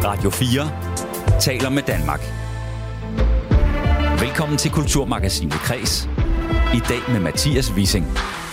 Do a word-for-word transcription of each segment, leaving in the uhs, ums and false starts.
Radio fire taler med Danmark. Velkommen til Kulturmagasinet Kres. I dag med Mathias Wissing.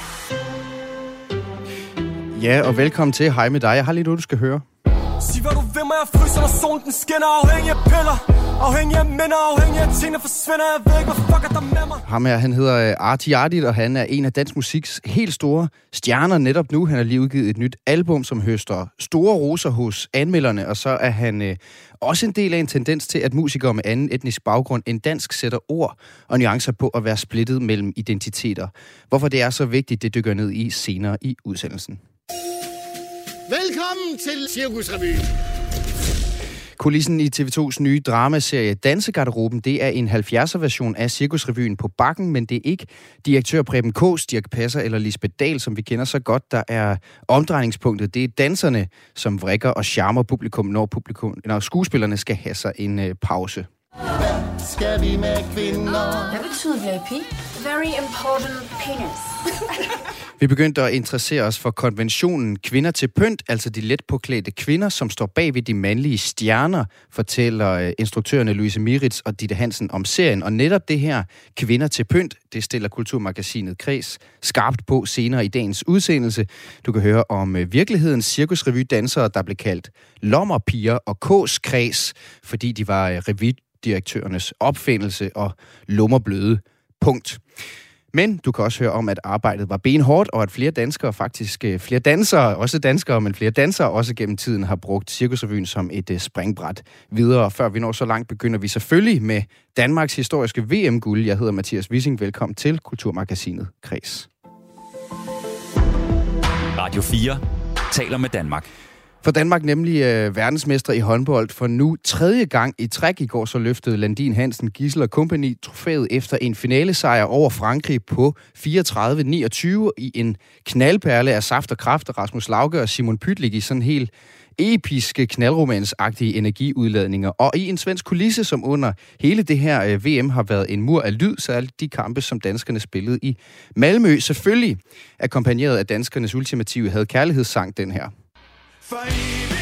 Ja, og velkommen til. Hej med dig. Jeg har lige noget, du skal høre. Sig hvad du vil, mig jeg fryser, når solen den skinner. Afhængig af piller, afhængig af minder, afhængig af tingene forsvinder. Jeg ved ikke, hvad fuck er der med mig. Ham her, han hedder Arti Ardit, og han er en af dansk musiks helt store stjerner netop nu. Han har lige udgivet et nyt album, som høster store roser hos anmelderne, og så er han øh, også en del af en tendens til, at musikere med anden etnisk baggrund end dansk sætter ord og nuancer på at være splittet mellem identiteter. Hvorfor det er så vigtigt, det dykker ned i senere i udsendelsen. Velkommen til Cirkusrevyen. Kulissen i T V to's nye dramaserie Dansegarderoben, det er en halvfjerdser-version af Cirkusrevyen på Bakken, men det er ikke direktør Preben Kaas, Dirch Passer eller Lisbeth Dahl, som vi kender så godt, der er omdrejningspunktet. Det er danserne, som vrikker og charmer publikum, når, publikum, når skuespillerne skal have sig en øh, pause. Hvad skal vi med kvinder? Hvad betyder V I P? Very important penis. Vi begyndte at interessere os for konventionen Kvinder til pynt, altså de let påklædte kvinder, som står bag ved de mandlige stjerner, fortæller instruktørerne Louise Mieritz og Ditte Hansen om serien. Og netop det her Kvinder til pynt, det stiller Kulturmagasinet Kres skarpt på senere i dagens udsendelse. Du kan høre om virkelighedens cirkusrevydansere, der blev kaldt lommerpiger og Kaas-kreds, fordi de var revydirektørernes opfindelse og lummerbløde punkt. Men du kan også høre om, at arbejdet var benhårdt, og at flere danskere, faktisk flere dansere, også danskere, men flere dansere også gennem tiden har brugt Cirkusrevyen som et springbræt videre. Før vi når så langt, begynder vi selvfølgelig med Danmarks historiske V M-guld. Jeg hedder Mathias Wissing. Velkommen til Kulturmagasinet Kres. Radio fire taler med Danmark. For Danmark nemlig øh, verdensmester i håndbold for nu tredje gang i træk. I går så løftede Landin Hansen, Gidsel og Kompagni trofæet efter en finalesejr over Frankrig på fireogtredive niogtyve i en knaldperle af saft og kraft. Rasmus Lauke og Simon Pytlik i sådan helt episke knaldromansagtige energiudladninger. Og i en svensk kulisse, som under hele det her øh, V M har været en mur af lyd, så er de kampe, som danskerne spillede i Malmø, selvfølgelig akkompagneret af danskernes ultimative hadkærlighedssang, den her. For evigt,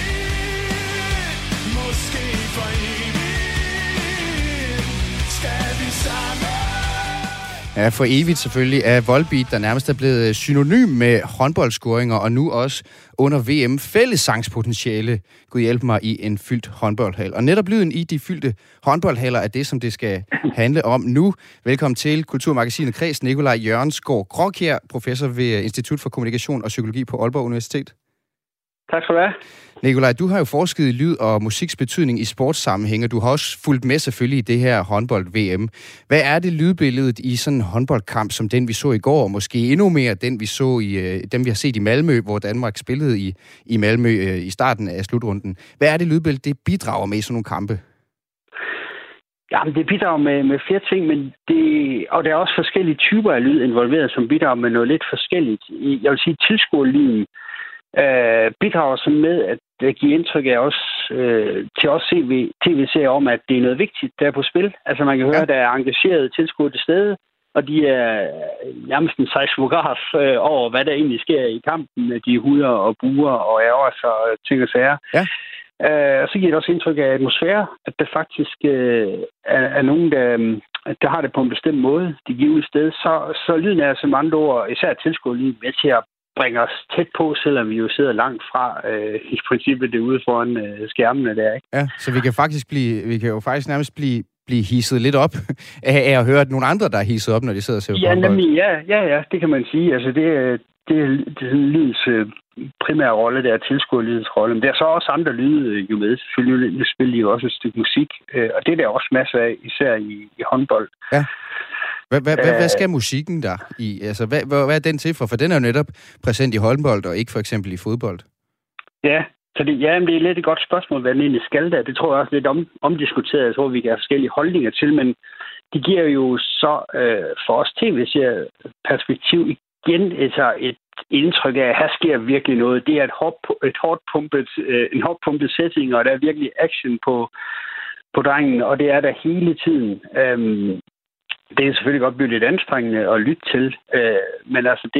måske for evigt, skal vi sammen. Ja, for evigt selvfølgelig er Volbeat, der nærmest er blevet synonym med håndboldscoringer, og nu også under V M fællessangspotentiale, Gud hjælpe mig, i en fyldt håndboldhal. Og netop lyden i de fyldte håndboldhaller er det, som det skal handle om nu. Velkommen til Kulturmagasinet Kres, Nikolaj Jørgensgaard Krokjær, professor ved Institut for Kommunikation og Psykologi på Aalborg Universitet. Tak skal du have. Nikolaj, du har jo forsket i lyd og musiks betydning i sportssammenhæng, og du har også fulgt med selvfølgelig i det her håndbold-V M. Hvad er det lydbilledet i sådan en håndboldkamp som den, vi så i går, og måske endnu mere den, vi så i dem, vi har set i Malmø, hvor Danmark spillede i, i Malmø i starten af slutrunden? Hvad er det lydbillede, det bidrager med i sådan nogle kampe? Jamen, det bidrager med, med flere ting, men det, og der er også forskellige typer af lyd involveret, som bidrager med noget lidt forskelligt. Jeg vil sige, tilskuerlyden Øh, bidrager så med, at det giver indtryk af også øh, til os tv-serier om, at det er noget vigtigt, der er på spil. Altså man kan høre, ja. Der er engagerede tilskuere til stede, og de er nærmest en seismograf øh, over, hvad der egentlig sker i kampen. De huder og buer og ærger sig og ting og sager. Ja. Øh, og så giver det også indtryk af atmosfære, at der faktisk øh, er, er nogen, der, der har det på en bestemt måde, de giver sted. Så, så lyden er som andre ord, især tilskuerlyden, med til at bringe os tæt på, selvom vi jo sidder langt fra øh, i princippet det ude foran øh, skærmene der, ikke? Ja, så vi kan faktisk blive, vi kan jo faktisk nærmest blive, blive hisset lidt op af, af at høre, at nogle andre, der er hisset op, når de sidder og ser på ja, nemlig, ja, ja, ja, det kan man sige. Altså, det, det, det er lydens øh, primære rolle, det er tilskuerlydens rolle. Men der er så også andre lyde jo med. Selvfølgelig spiller de jo også et stykke musik, øh, og det er der også masser af, især i, i håndbold. Ja. Hvad, hvad, hvad, hvad skal musikken der i? Altså, hvad, hvad, hvad er den til for? For den er jo netop præsent i håndbold, og ikke for eksempel i fodbold. Ja, så det, ja, det er lidt et godt spørgsmål, hvad den egentlig skal der. Det tror jeg også lidt om, omdiskuteret. Jeg tror, vi kan have forskellige holdninger til, men det giver jo så øh, for os tv-serier perspektiv igen altså et indtryk af, at her sker virkelig noget. Det er et hårdt, et hårdt pumpet, øh, en hårdt pumpet setting, og der er virkelig action på, på drengen, og det er der hele tiden. Øhm, Det er selvfølgelig godt blive lidt anstrengende at lytte til, øh, men altså det,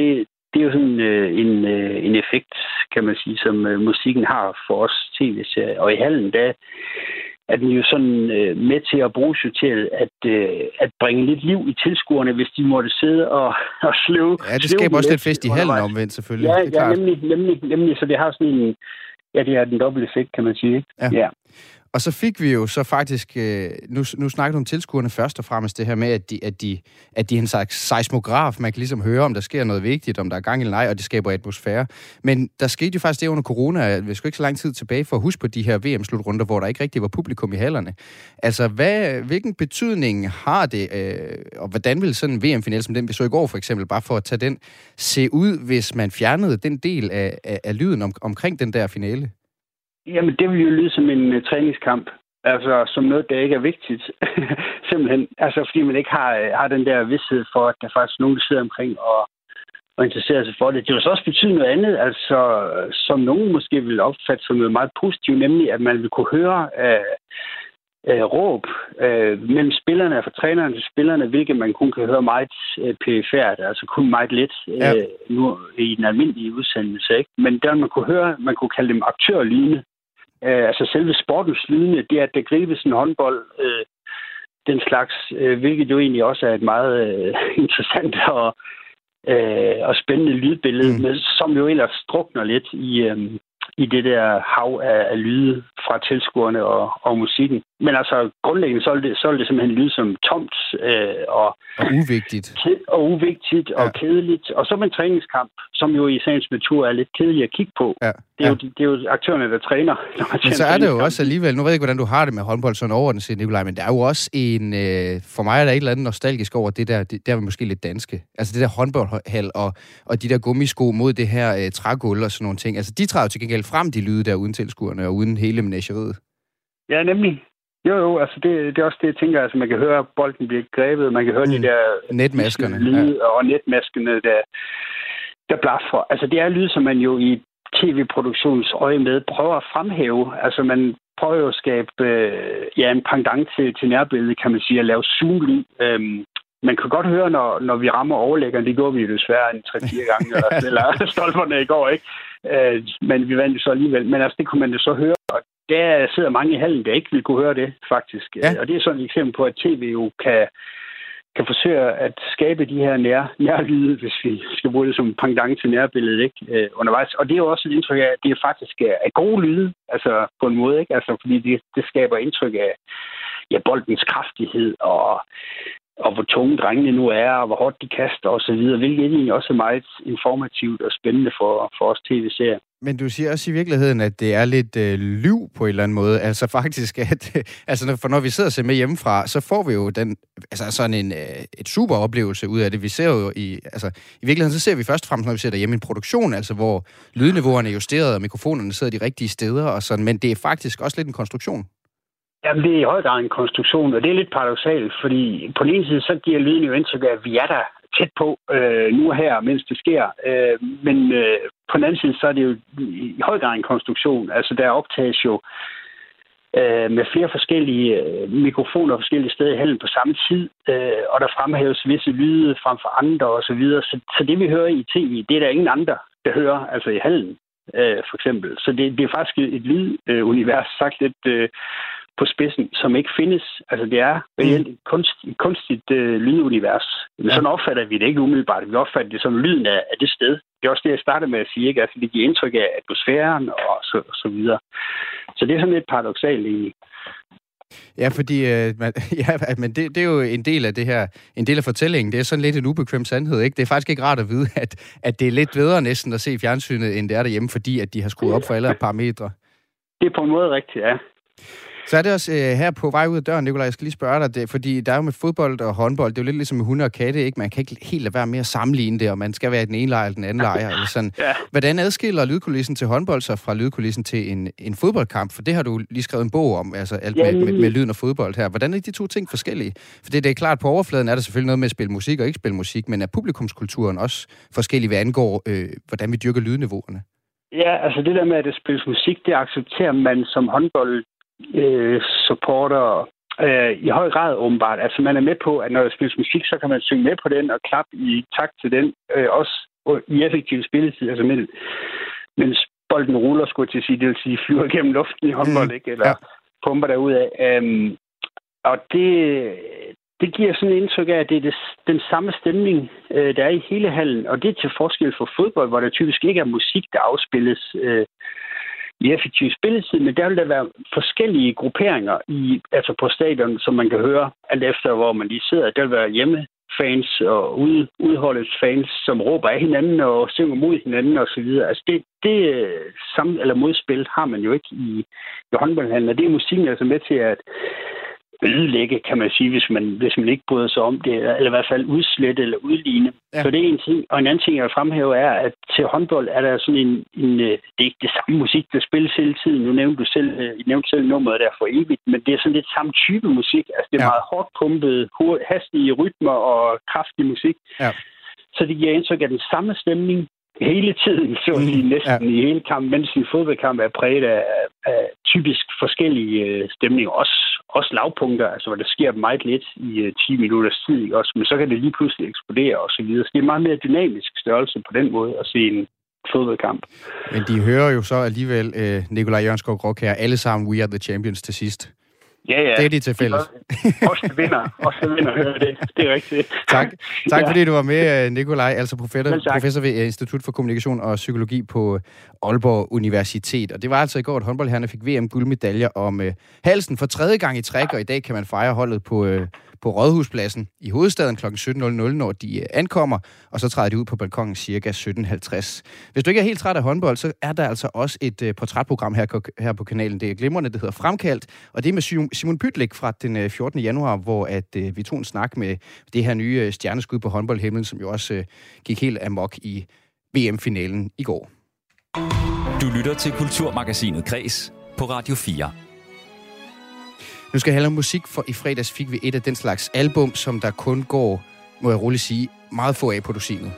det er jo sådan øh, en, øh, en effekt, kan man sige, som øh, musikken har for os tv-serier. Og i hallen, der er den jo sådan øh, med til at bruge sig til at, øh, at bringe lidt liv i tilskuerne, hvis de måtte sidde og, og sløve. Ja, det skaber også lidt fest i hallen omvendt, selvfølgelig. Ja, det er ja klart. nemlig, nemlig, nemlig. Så det har sådan en, ja, det har den dobbelt effekt, kan man sige. Ja. ja. Og så fik vi jo så faktisk, nu, nu snakker du om tilskuerne først og fremmest, det her med, at de, at de, at de er en slags seismograf. Man kan ligesom høre, om der sker noget vigtigt, om der er gang eller nej, og det skaber atmosfære. Men der skete jo faktisk det under corona, vi skal ikke så lang tid tilbage for at huske på de her V M-slutrunder, hvor der ikke rigtig var publikum i hallerne. Altså, hvad, hvilken betydning har det, øh, og hvordan vil sådan en V M-final, som den vi så i går for eksempel, bare for at tage den, se ud, hvis man fjernede den del af, af, af lyden om, omkring den der finale? Jamen, det vil jo lyde som en uh, træningskamp. Altså, som noget, der ikke er vigtigt. Simpelthen. Altså, fordi man ikke har, har den der vidsthed for, at der faktisk er nogen, der sidder omkring og, og interesserer sig for det. Det vil så også betyde noget andet, altså, som nogen måske vil opfatte som noget meget positivt, nemlig, at man vil kunne høre uh, uh, råb uh, mellem spillerne og fra trænerne til spillerne, hvilket man kun kan høre meget uh, perifært, altså kun meget lidt ja. uh, nu i den almindelige udsendelse. Ikke? Men der man kunne høre, man kunne kalde dem aktørlyne. Uh, altså selve sportens lydende, det er, at der gribes en håndbold, uh, den slags, uh, hvilket jo egentlig også er et meget uh, interessant og, uh, og spændende lydbillede, mm. men, som jo ellers drukner lidt i, um, i det der hav af, af lyde fra tilskuerne og, og musikken. Men altså grundlæggende, så vil det, så vil det simpelthen lyde som tomt øh, og, og uvigtigt. Ked, og uvigtigt ja. og kedeligt. Og så en træningskamp, som jo i sagens natur er lidt kedelig at kigge på. Ja. Det, er ja. jo, det er jo aktørerne, der træner. Men så er det jo også alligevel, nu ved jeg ikke, hvordan du har det med håndbold sådan over den, siger Nikolaj, men der er jo også en, øh, for mig er der et eller andet nostalgisk over det der, det der er måske lidt danske. Altså det der håndboldhal og, og de der gummisko mod det her øh, trægulv og sådan nogle ting. Altså de træder til gengæld frem, de lyde der uden tilskuerne og uden hele menageriet. Ja, nemlig. Jo, jo, altså det, det er også det, jeg tænker, altså man kan høre, at bolden bliver grebet, man kan høre mm. de der netmaskerne lyde, ja. og netmaskerne, der, der blaffer. Altså det er lyd, som man jo i tv-produktions øje med prøver at fremhæve. Altså man prøver jo at skabe øh, ja, en pendant til, til nærbilledet, kan man sige, at lave zoom-lyd. Øhm, man kan godt høre, når, når vi rammer overlæggeren, det går vi jo desværre en tre-fire gange, eller, eller stolperne i går, ikke? Øh, men vi vandt jo så alligevel. Men altså det kunne man jo så høre, og der sidder mange i hallen, der ikke vil kunne høre det, faktisk. Ja. Og det er sådan et eksempel på, at tv jo kan, kan forsøge at skabe de her nær, nærlyde, hvis vi skal bruge det som pendant til nærbilledet, ikke? Øh, undervejs. Og det er jo også et indtryk af, at det er faktisk er gode lyde, altså på en måde, ikke? Altså fordi det, det skaber indtryk af ja, boldens kraftighed og og hvor tunge drengene nu er, og hvor hårdt de kaster osv., hvilket egentlig også er meget informativt og spændende for, for os tv-serier. Men du siger også i virkeligheden, at det er lidt øh, liv på en eller anden måde. Altså faktisk, at, altså for når vi sidder og ser med hjemmefra, så får vi jo den, altså sådan en øh, et super oplevelse ud af det. Vi ser jo i, altså i virkeligheden, så ser vi først og fremmest, når vi ser derhjemme en produktion, altså hvor lydniveauerne er justeret, og mikrofonerne sidder de rigtige steder og sådan, men det er faktisk også lidt en konstruktion. Jamen, det er i høj grad en konstruktion, og det er lidt paradoksalt, fordi på den ene side, så giver lyden jo indtryk af, at vi er der tæt på øh, nu her, mens det sker. Øh, men øh, på den anden side, så er det jo i høj grad en konstruktion. Altså, der optages jo øh, med flere forskellige øh, mikrofoner forskellige steder i hallen på samme tid, øh, og der fremhæves visse lyde frem for andre osv. Så, så, så det, vi hører i tv, det er der ingen andre, der hører, altså i hallen, øh, for eksempel. Så det, det er faktisk et lydunivers, øh, sagt lidt øh, på spidsen, som ikke findes. Altså, det er reelt et kunst, kunstigt øh, lydunivers. Men ja. Sådan opfatter vi det ikke umiddelbart. Vi opfatter det som lyden af, af det sted. Det er også det, jeg startede med at sige, ikke? Altså, det giver indtryk af atmosfæren og så, og så videre. Så det er sådan lidt paradoksalt egentlig. Ja, fordi øh, man, ja, men det, det er jo en del af det her, en del af fortællingen. Det er sådan lidt en ubekvem sandhed, ikke? Det er faktisk ikke rart at vide, at, at det er lidt bedre næsten at se fjernsynet, end det er derhjemme, fordi at de har skruet op for alle parametre. Det er på en måde rigtigt, ja. Så er det også øh, her på vej ud af døren, Nikolaj, jeg skal lige spørge dig det, fordi der er jo med fodbold og håndbold, det er jo lidt ligesom med hunde og katte, ikke? Man kan ikke helt lade være med at sammenligne det, og man skal være i den ene lejr eller den anden lejr, eller sådan. Ja. Hvordan adskiller lydkulissen til håndbold sig fra lydkulissen til en, en fodboldkamp? For det har du lige skrevet en bog om, altså alt med, med, med lyden og fodbold her. Hvordan er de to ting forskellige? For det, det er klart, på overfladen er der selvfølgelig noget med at spille musik og ikke spille musik, men er publikumskulturen også forskellig, hvad angår, øh, hvordan vi dyrker lydniveauerne? Ja, altså det der med, at det spilles musik, det accepterer man som håndbold Øh, supporter øh, i høj grad åbenbart. Altså man er med på, at når der spilles musik, så kan man synge med på den og klappe i takt til den. Øh, også i effektiv spilletid, altså mens, mens bolden ruller, skulle jeg til at sige, det vil sige, flyver gennem luften i håndbold, mm. ikke? Eller ja. Pumper derudad. Um, og det, det giver sådan et indtryk af, at det er det, den samme stemning, uh, der er i hele hallen, og det er til forskel for fodbold, hvor der typisk ikke er musik, der afspilles uh, i effektiv spilletid, men der vil der være forskellige grupperinger i, altså på stadion, som man kan høre, alt efter hvor man lige sidder. Der vil være hjemmefans og ude, udholdets fans, som råber af hinanden og synger mod hinanden og så videre. Altså det, det samme, eller modspil har man jo ikke i, i håndboldhallen, og det er musikken altså med til at ødelægge, kan man sige, hvis man, hvis man ikke bryder sig om det, eller i hvert fald udslette eller udligne. Ja. Så det er en ting. Og en anden ting, jeg vil fremhæve, er, at til håndbold er der sådan en, en det er ikke det samme musik, der spilles hele tiden. Nu nævnte du selv, I nævnte selv nummeret der for evigt, men det er sådan lidt samme type musik. Altså det er ja. meget hårdt pumpet, hastige rytmer og kraftig musik. Ja. Så det giver indtryk af den samme stemning hele tiden, så at sige, næsten ja. i hele kampen, mens en fodboldkamp er præget af, af typisk forskellige øh, stemninger, også, også lavpunkter, altså hvor der sker meget lidt i øh, ti minutters tid, ikke? Også, men så kan det lige pludselig eksplodere og så videre. Så det er meget mere dynamisk størrelse på den måde at se en fodboldkamp. Men de hører jo så alligevel øh, Nikolaj Jørgenskov Graakjær alle sammen We Are The Champions til sidst. Ja, ja. Det er de til fælles. Også det vinder. Også det vinder, hører det. Det er rigtigt. Tak. Tak ja. fordi du var med, Nikolaj, altså professor, professor ved Institut for Kommunikation og Psykologi på Aalborg Universitet. Og det var altså i går, at håndboldherrerne fik V M-guldmedaljer om uh, halsen for tredje gang i træk, og i dag kan man fejre holdet på, uh, på Rådhuspladsen i hovedstaden klokken sytten, når de uh, ankommer, og så træder de ud på balkongen cirka sytten halvtreds. Hvis du ikke er helt træt af håndbold, så er der altså også et uh, portrætprogram her, her på kanalen. Det er glimrende, det hedder Fremkaldt, og det er med Simon Pytlik fra den fjortende januar, hvor at, uh, vi tog en snak med det her nye uh, stjerneskud på håndboldhimlen, som jo også uh, gik helt amok i V M-finalen i går. Du lytter til Kulturmagasinet Kres på Radio fire. Nu skal jeg handle om musik, for i fredags fik vi et af den slags album, som der kun går, må jeg roligt sige, meget få af på dusinet.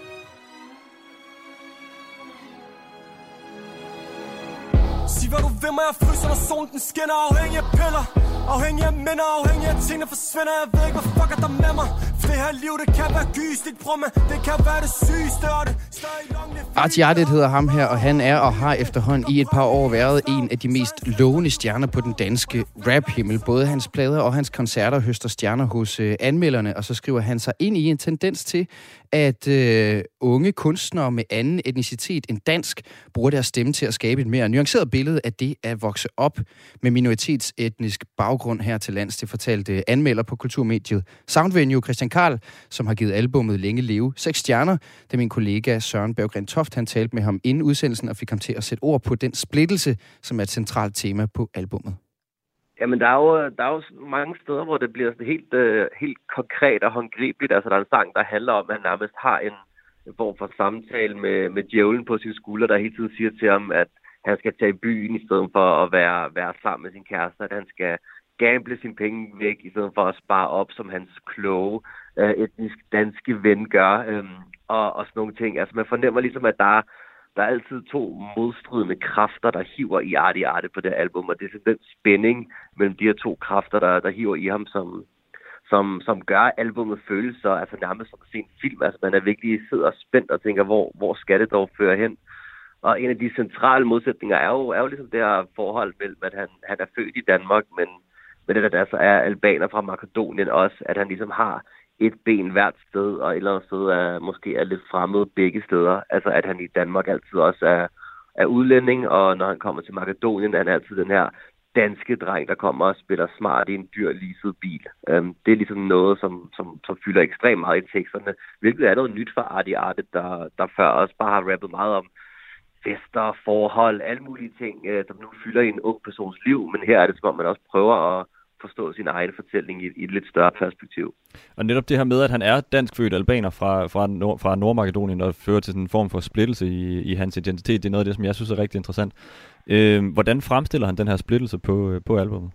Sig hvad du vil, men jeg fryser, når solen den skinner. Afhængig af piller, afhængig af minder, afhængig af tingene forsvinder. Jeg ved ikke, hvad fuck er der med mig. For det her liv, det kan være gystigt, bror, men det kan være det sygeste, og det stadig langt. Artiadet hedder ham her, og han er og har efterhånden i et par år været en af de mest lovende stjerner på den danske rap-himmel. Både hans plader og hans koncerter høster stjerner hos øh, anmelderne, og så skriver han sig ind i en tendens til, at øh, unge kunstnere med anden etnicitet end dansk bruger deres stemme til at skabe et mere nuanceret billede af det at vokse op med minoritetsetnisk baggrund her til lands. Det fortalte anmelder på kulturmediet Soundvenue Christian Karl, som har givet albummet Længe Leve seks stjerner. Det er min kollega Søren Berggren Toft, han talte med ham inden udsendelsen og fik ham til at sætte ord på den splittelse, som er et centralt tema på albummet. Jamen, der er jo, der er jo mange steder, hvor det bliver sådan helt, uh, helt konkret og håndgribeligt. Altså, der er en sang, der handler om, at han nærmest har en, en form for samtale med, med djævlen på sin skulder, der hele tiden siger til ham, at han skal tage i byen i stedet for at være, være sammen med sin kæreste, at han skal gamble sine penge væk i stedet for at spare op, som hans kloge, uh, etnisk danske ven gør, um, og, og sådan nogle ting. Altså, man fornemmer ligesom, at der er Der er altid to modstridende kræfter, der hiver i Artie Arte på det album, og det er sådan den spænding mellem de her to kræfter, der, der hiver i ham, som, som, som gør albumet føles så altså nærmest som at se en film. Altså man er virkelig sidder spændt og tænker, hvor, hvor skal det dog føre hen? Og en af de centrale modsætninger er jo, er jo ligesom det her forhold mellem, at han, han er født i Danmark, men, men det der så er albaner fra Makedonien også, at han ligesom har et ben hvert sted, og et eller andet sted er, måske er lidt fremmed begge steder. Altså at han i Danmark altid også er, er udlænding, og når han kommer til Makedonien, er han altid den her danske dreng, der kommer og spiller smart i en dyr leaset bil. Um, det er ligesom noget, som, som, som fylder ekstremt meget i teksterne, hvilket er noget nyt for Artie Arte, der, der før også bare har rappet meget om fester, forhold, alle mulige ting, øh, som nu fylder i en ung persons liv, men her er det som om, man også prøver at forstå sin egen fortælling i, i et lidt større perspektiv. Og netop det her med, at han er danskfødt albaner fra, fra, Nord, fra Nordmakedonien, og fører til sådan en form for splittelse i, i hans identitet, det er noget af det, som jeg synes er rigtig interessant. Øh, hvordan fremstiller han den her splittelse på, på albumet?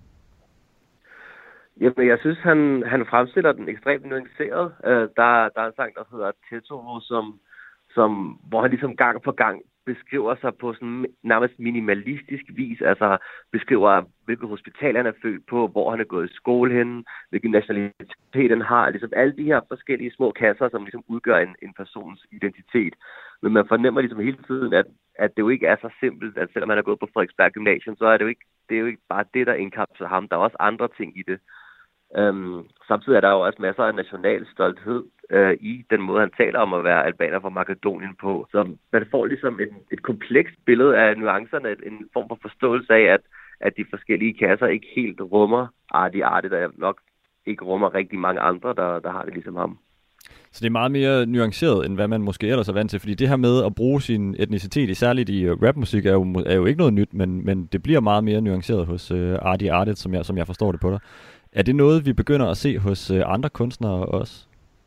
Jamen, jeg synes, han, han fremstiller den ekstremt nuanceret. Øh, der, der er en sang, der hedder Tetoro, som, som, hvor han ligesom gang på gang beskriver sig på sådan nærmest minimalistisk vis, altså beskriver, hvilket hospital han er født på, hvor han er gået i skole henne, hvilken nationalitet han har, ligesom alle de her forskellige små kasser, som ligesom udgør en, en persons identitet. Men man fornemmer ligesom hele tiden, at, at det jo ikke er så simpelt, at selvom han er gået på Frederiksberg Gymnasium, så er det jo ikke, det er jo ikke bare det, der indkapsler ham. Der er også andre ting i det. Um, samtidig er der jo også masser af national stolthed uh, i den måde, han taler om at være albaner fra Makedonien på. Så man får ligesom et, et komplekst billede af nuancerne, en form for forståelse af, at, at de forskellige kasser ikke helt rummer Artie Artie, der nok ikke rummer rigtig mange andre, der, der har det ligesom ham. Så det er meget mere nuanceret, end hvad man måske ellers er vant til, fordi det her med at bruge sin etnicitet, særligt i rapmusik, er jo, er jo ikke noget nyt, men, men det bliver meget mere nuanceret hos uh, Artie Artie, som jeg, som jeg forstår det på dig. Er det noget, vi begynder at se hos uh, andre kunstnere også?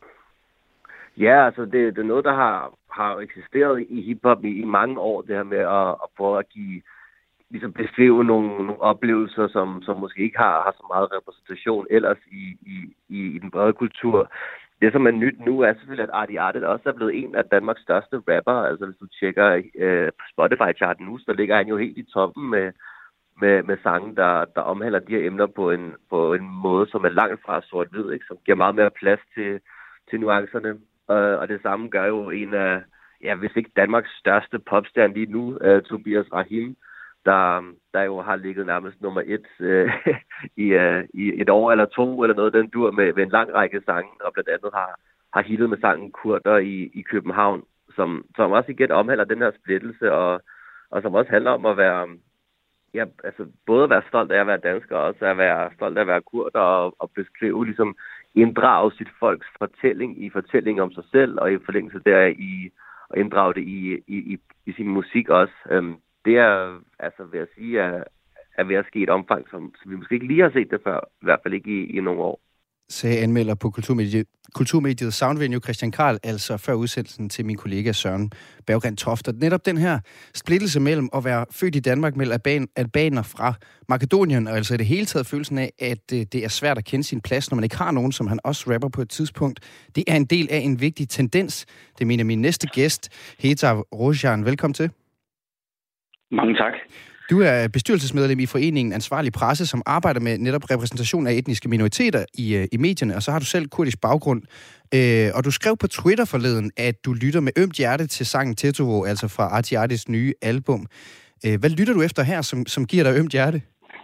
Ja, altså det, det er noget, der har, har eksisteret i hiphop i, i mange år, det her med at, at prøve at give, ligesom beskrive nogle, nogle oplevelser, som, som måske ikke har, har så meget repræsentation ellers i, i, i, i den brede kultur. Det, som er nyt nu, er selvfølgelig, at Artie Artie også er blevet en af Danmarks største rapper. Altså hvis du tjekker øh, Spotify-charten nu, så ligger han jo helt i toppen med med, med sange, der, der omhandler de her emner på en, på en måde, som er langt fra sort-hvid, ikke? Som giver meget mere plads til, til nuancerne. Uh, og det samme gør jo en af, ja, hvis ikke Danmarks største popstjerne lige nu, uh, Tobias Rahim, der, der jo har ligget nærmest nummer et uh, i, uh, i et år eller to, eller noget den dur med, med en lang række sange, og blandt andet har, har hittet med sangen Kurder i, i København, som, som også igen omhandler den her splittelse, og, og som også handler om at være, ja, altså både at være stolt af at være dansker, og også at være stolt af at være kurder, og, og beskrive, ligesom inddrage sit folks fortælling i fortælling om sig selv, og i forlængelse der i at inddrage det i, i, i, i sin musik også. Um, det er, altså vil jeg sige, er, er ved at ske et omfang, som, som vi måske ikke lige har set det før, i hvert fald ikke i, i nogle år. Sagde anmelder på Kulturmediet, Kulturmediet Soundvenue Christian Karl, altså før udsendelsen til min kollega Søren Berggren Toft. Og netop den her splittelse mellem at være født i Danmark mellem alban, albaner fra Makedonien, og altså i det hele taget følelsen af, at det er svært at kende sin plads, når man ikke har nogen, som han også rapper på et tidspunkt. Det er en del af en vigtig tendens. Det mener min næste gæst, Hetar Rojan. Velkommen til. Mange tak. Du er bestyrelsesmedlem i foreningen Ansvarlig Presse, som arbejder med netop repræsentation af etniske minoriteter i, i medierne, og så har du selv kurdisk baggrund. Øh, og du skrev på Twitter forleden, at du lytter med ømt hjerte til sangen Tetovo, altså fra Artie Arties nye album. Øh, hvad lytter du efter her, som, som giver dig ømt hjerte?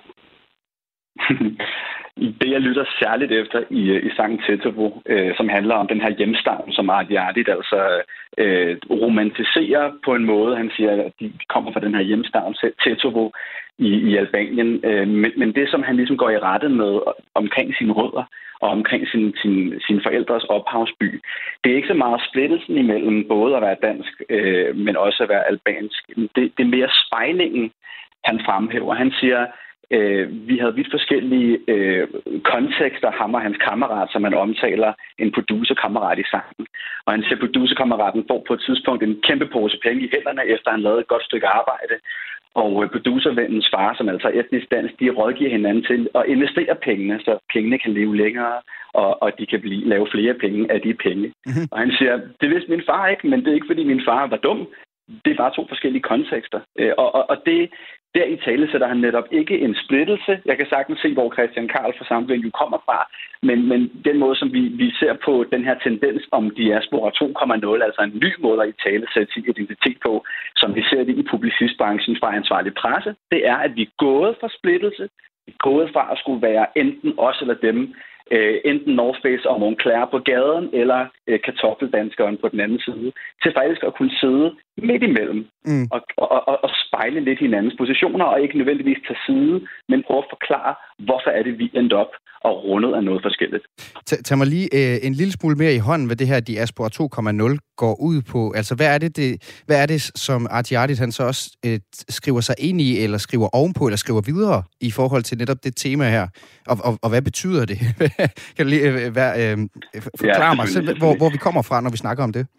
Det, jeg lytter særligt efter i, i sangen Tetovo, øh, som handler om den her hjemstavn, som Artie Artie altså øh, romantiserer på en måde. Han siger, at de kommer fra den her hjemstavn, Tetovo, i, i Albanien. Øh, men, men det, som han ligesom går i rette med omkring sine rødder og omkring sin, sin, sine forældres ophavsby, det er ikke så meget splittelsen imellem både at være dansk, øh, men også at være albansk. Det, det er mere spejlingen, han fremhæver. Han siger, Øh, vi havde vidt forskellige øh, kontekster, ham og hans kammerat, som man omtaler en producerkammerat i sangen. Og han siger, at producerkammeraten får på et tidspunkt en kæmpe pose penge i hænderne, efter han lavede et godt stykke arbejde. Og øh, producervennens far, som altså er etnisk dansk, de rådgiver hinanden til at investere pengene, så pengene kan leve længere, og, og de kan blive, lave flere penge af de penge. Mm-hmm. Og han siger, det vidste min far ikke, men det er ikke, fordi min far var dum. Det er bare to forskellige kontekster. Øh, og, og, og det Der i tale sætter han netop ikke en splittelse. Jeg kan sagtens se, hvor Christian Karl fra Soundvenue kommer fra, men, men den måde, som vi, vi ser på den her tendens om diaspora to punkt nul, altså en ny måde at i tale sætte sin identitet på, som vi ser det i publicistbranchen fra Ansvarlig Presse, det er, at vi er gået fra splittelse, vi er gået fra at skulle være enten os eller dem, øh, enten North Face og Moncler på gaden, eller øh, kartoffeldanskeren på den anden side, til faktisk at kunne sidde midt imellem mm. og, og, og, og spejle lidt hinandens positioner, og ikke nødvendigvis tage side, men prøve at forklare, hvorfor er det, vi endte op og rundet af noget forskelligt. T- tag mig lige øh, en lille smule mere i hånden, hvad det her Diaspora to punkt nul går ud på. Altså, hvad er det, det, hvad er det som Artie Artie han så også øh, skriver sig ind i, eller skriver ovenpå, eller skriver videre i forhold til netop det tema her? Og, og, og hvad betyder det? Kan du lige øh, være, øh, forklare ja, mig selv, hvor, hvor vi kommer fra, når vi snakker om det?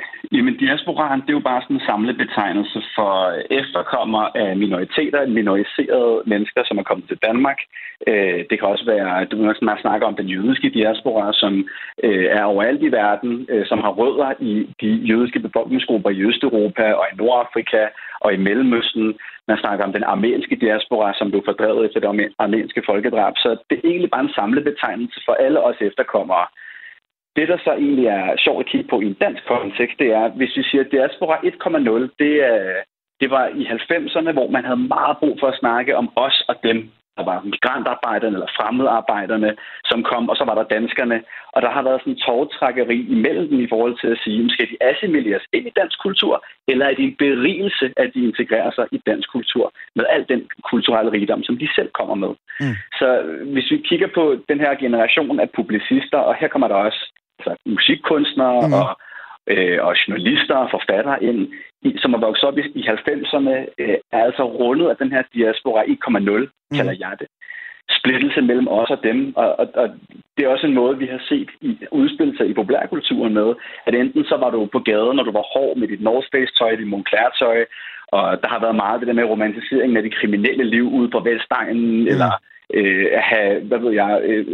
Jamen, diasporaen, det er jo bare sådan en samlebetegnelse for efterkommere af minoriteter, minoriserede mennesker, som er kommet til Danmark. Det kan også være, du kan også snakke om den jødiske diaspora, som er overalt i verden, som har rødder i de jødiske befolkningsgrupper i Østeuropa og i Nordafrika og i Mellemøsten. Man snakker om den armenske diaspora, som blev fordrevet efter det armenske folkedrab. Så det er egentlig bare en samlebetegnelse for alle os efterkommere. Det, der så egentlig er sjovt at kigge på i en dansk kontekst, det er, hvis vi siger diaspora et komma nul, det, det var i halvfemserne, hvor man havde meget brug for at snakke om os og dem. Der var migrantarbejderne eller fremmedarbejderne, som kom, og så var der danskerne. Og der har været sådan en tårtrækkeri imellem dem i forhold til at sige, skal de assimileres ind i dansk kultur, eller er det en berigelse, at de integrerer sig i dansk kultur med al den kulturelle rigdom, som de selv kommer med. Mm. Så hvis vi kigger på den her generation af publicister, og her kommer der også altså, musikkunstnere mm. og, øh, og journalister og forfattere ind, i, som er vokset op i, i halvfemserne, øh, er altså rundet af den her diaspora et komma nul, mm. kalder jeg det. Splittelse mellem os og dem, og, og, og det er også en måde, vi har set i, udspille sig i populærkulturen med, at enten så var du på gaden, når du var hård med dit North Face-tøj, dit Moncler-tøj, og der har været meget det der med romantiseringen af det kriminelle liv ude på Vestegnen, mm. eller øh, at have, hvad ved jeg, øh,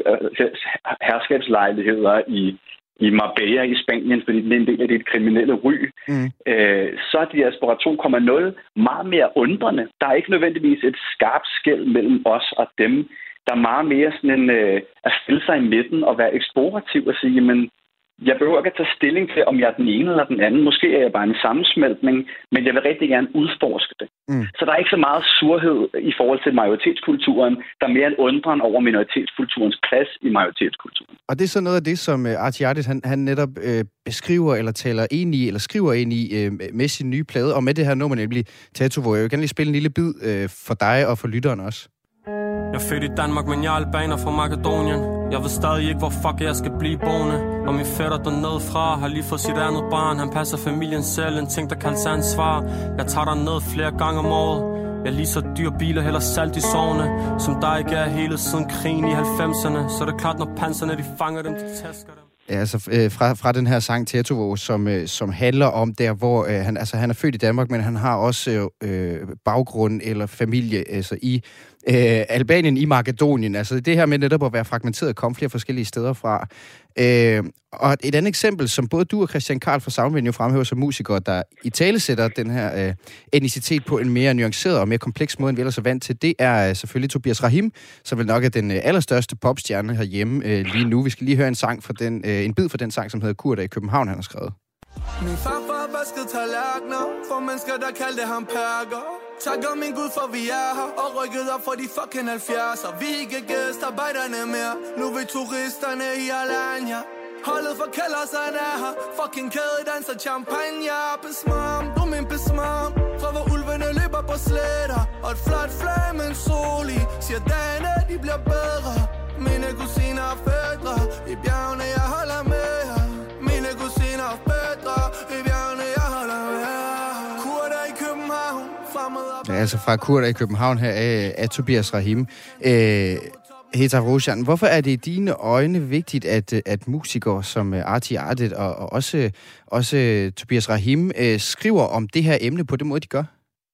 herskabslejligheder i i Marbella i Spanien, fordi det er en del af det kriminelle ry, mm. øh, så er diaspora to komma nul meget mere undrende. Der er ikke nødvendigvis et skarpt skel mellem os og dem. Der er meget mere sådan en, øh, at stille sig i midten og være eksplorativ og sige, men jeg behøver ikke at tage stilling til, om jeg er den ene eller den anden. Måske er jeg bare en sammensmeltning, men jeg vil rigtig gerne udforske det. Mm. Så der er ikke så meget surhed i forhold til majoritetskulturen. Der er mere en undren over minoritetskulturens plads i majoritetskulturen. Og det er så noget af det, som Artie Ardit, han, han netop øh, beskriver eller taler ind i, eller skriver ind i øh, med sin nye plade, og med det her nummer, nemlig Tetovo. Jeg vil gerne lige spille en lille bid øh, for dig og for lytteren også. Jeg er født i Danmark, men jeg er albaner fra Makedonien. Jeg ved stadig ikke, hvor fuck jeg skal blive boende. Og min fætter dernede fra har lige fået sit andet barn. Han passer familien selv, en ting der kaldes ansvar. Jeg tager derned flere gange om året. Jeg leaser dyre biler, heller salt i sovne. Som der ikke er hele siden krigen i halvfemserne. Så det er klart, når panserne de fanger dem, de tæsker dem. Ja, altså fra, fra den her sang Tetovo, som, som handler om der, hvor øh, han, altså, han er født i Danmark, men han har også øh, baggrund eller familie altså, i øh, Albanien, i Makedonien. Altså det her med netop at være fragmenteret, komme flere forskellige steder fra. Øh, og et andet eksempel, som både du og Christian Karl fra Soundvenue jo fremhæver som musikere, der i tale sætter den her øh, etnicitet på en mere nuanceret og mere kompleks måde, end vi ellers er vant til, det er øh, selvfølgelig Tobias Rahim, som vel nok er den øh, allerstørste popstjerne herhjemme øh, lige nu. Vi skal lige høre en sang for den, øh, en bid fra den sang, som hedder Kurder i København, han har skrevet. Min farfar vaskede tallerkener for mennesker, der kaldte ham perker. Takker min Gud for vi er her og rykket op for de fucking halvfjerdser. Vi er ikke gæstarbejderne mere, nu er vi turisterne i Alanya. Holdet for kælderserne er her, fucking kædedanser champagne. Besmam, du min besmam, fra hvor ulvene løber på slætter. Og et flot flamen sol i, siger dagene de bliver bedre. Mine kusiner er fædre, i bjergene jeg holder med her. Mine kusiner er fædre, i bjergene jeg holder med her. Kurder i København, fremmed op. Ja, altså fra Kurder i København her af, af Tobias Rahim. Øh, Heta Roshan, hvorfor er det i dine øjne vigtigt, at, at musikere som Artie Ardit og, og også, også Tobias Rahim øh, skriver om det her emne på den måde, de gør?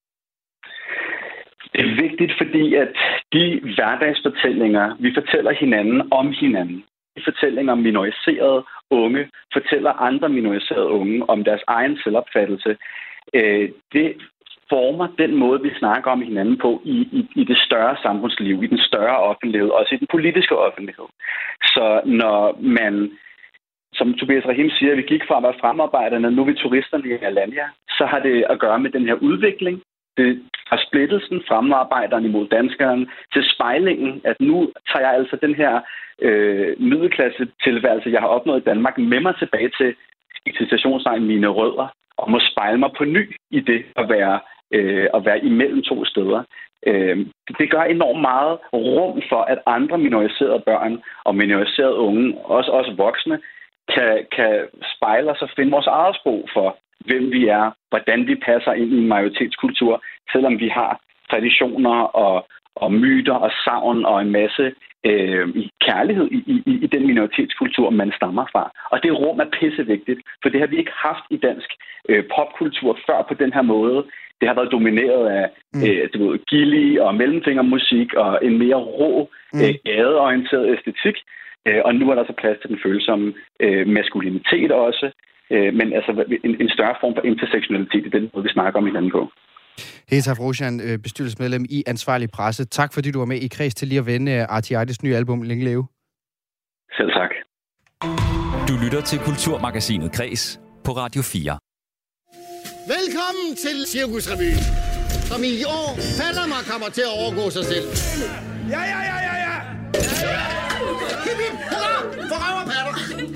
Det er vigtigt, fordi at de hverdagsfortællinger, vi fortæller hinanden om hinanden. De fortællinger om minoriserede unge fortæller andre minoriserede unge om deres egen selvopfattelse. Øh, det former den måde, vi snakker om hinanden på i, i, i det større samfundsliv, i den større offentlighed, også i den politiske offentlighed. Så når man, som Tobias Rahim siger, vi gik fra at være fremarbejderne, nu er vi turisterne i Alanya, så har det at gøre med den her udvikling. Det har splittelsen fremarbejderen imod danskeren til spejlingen, at nu tager jeg altså den her øh, middelklasse tilværelse, jeg har opnået i Danmark, med mig tilbage til i citationstegn mine rødder, og må spejle mig på ny i det at være Øh, at være imellem to steder. Øh, det gør enormt meget rum for, at andre minoriserede børn og minoriserede unge, også, også voksne, kan, kan spejle os og finde vores eget sprog for, hvem vi er, hvordan vi passer ind i en majoritetskultur, selvom vi har traditioner og, og myter og sagn og en masse øh, kærlighed i, i, i den minoritetskultur, man stammer fra. Og det rum er pissevigtigt, for det har vi ikke haft i dansk øh, popkultur før på den her måde. Det har været domineret af mm. øh, du ved, gilly og mellemfingermusik og en mere rå, mm. øh, gadeorienteret æstetik. Øh, og nu er der så plads til den følsomme øh, maskulinitet også, øh, men altså en, en større form for intersektionalitet i den måde, vi snakker om hinanden på. Hetaf Roshan, bestyrelsesmedlem i Ansvarlig Presse. Tak fordi du var med i Kreds til lige at vende Artiades nye album Længe Leve. Selv tak. Du lytter til Kulturmagasinet Kreds på Radio fire. Velkommen til Cirkusrevyen, som i år Panama kommer til at overgå sig selv. Ja, ja, ja, ja, ja! Hip, hip, hurra for røv og patter!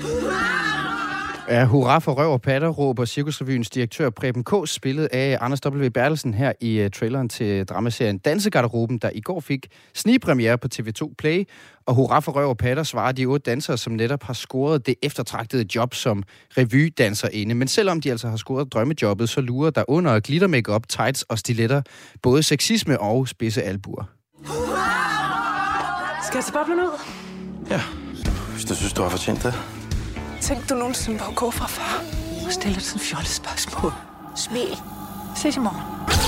Ja, hurra for røv og patter, råber Cirkusrevyens direktør Preben Kaas, spillet af Anders W. Bertelsen her i uh, traileren til dramaserien Dansegarderoben, der i går fik snigpremiere på T V to Play. Og hurra for røv og patter svarer de otte dansere, som netop har scoret det eftertragtede job som revydanserinde. Men selvom de altså har scoret drømmejobbet, så lurer der under glitter-makeup, tights og stiletter både sexisme og spidse albuer. Skal jeg tage boblen ud? Ja, hvis du synes, du har fortjent det. Tænk du nogensinde på at gå fra far og stille dig sådan en fjollet spørgsmål. Smil. Ses i morgen.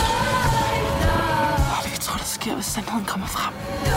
Jeg tror, der sker, hvis sandheden kommer frem.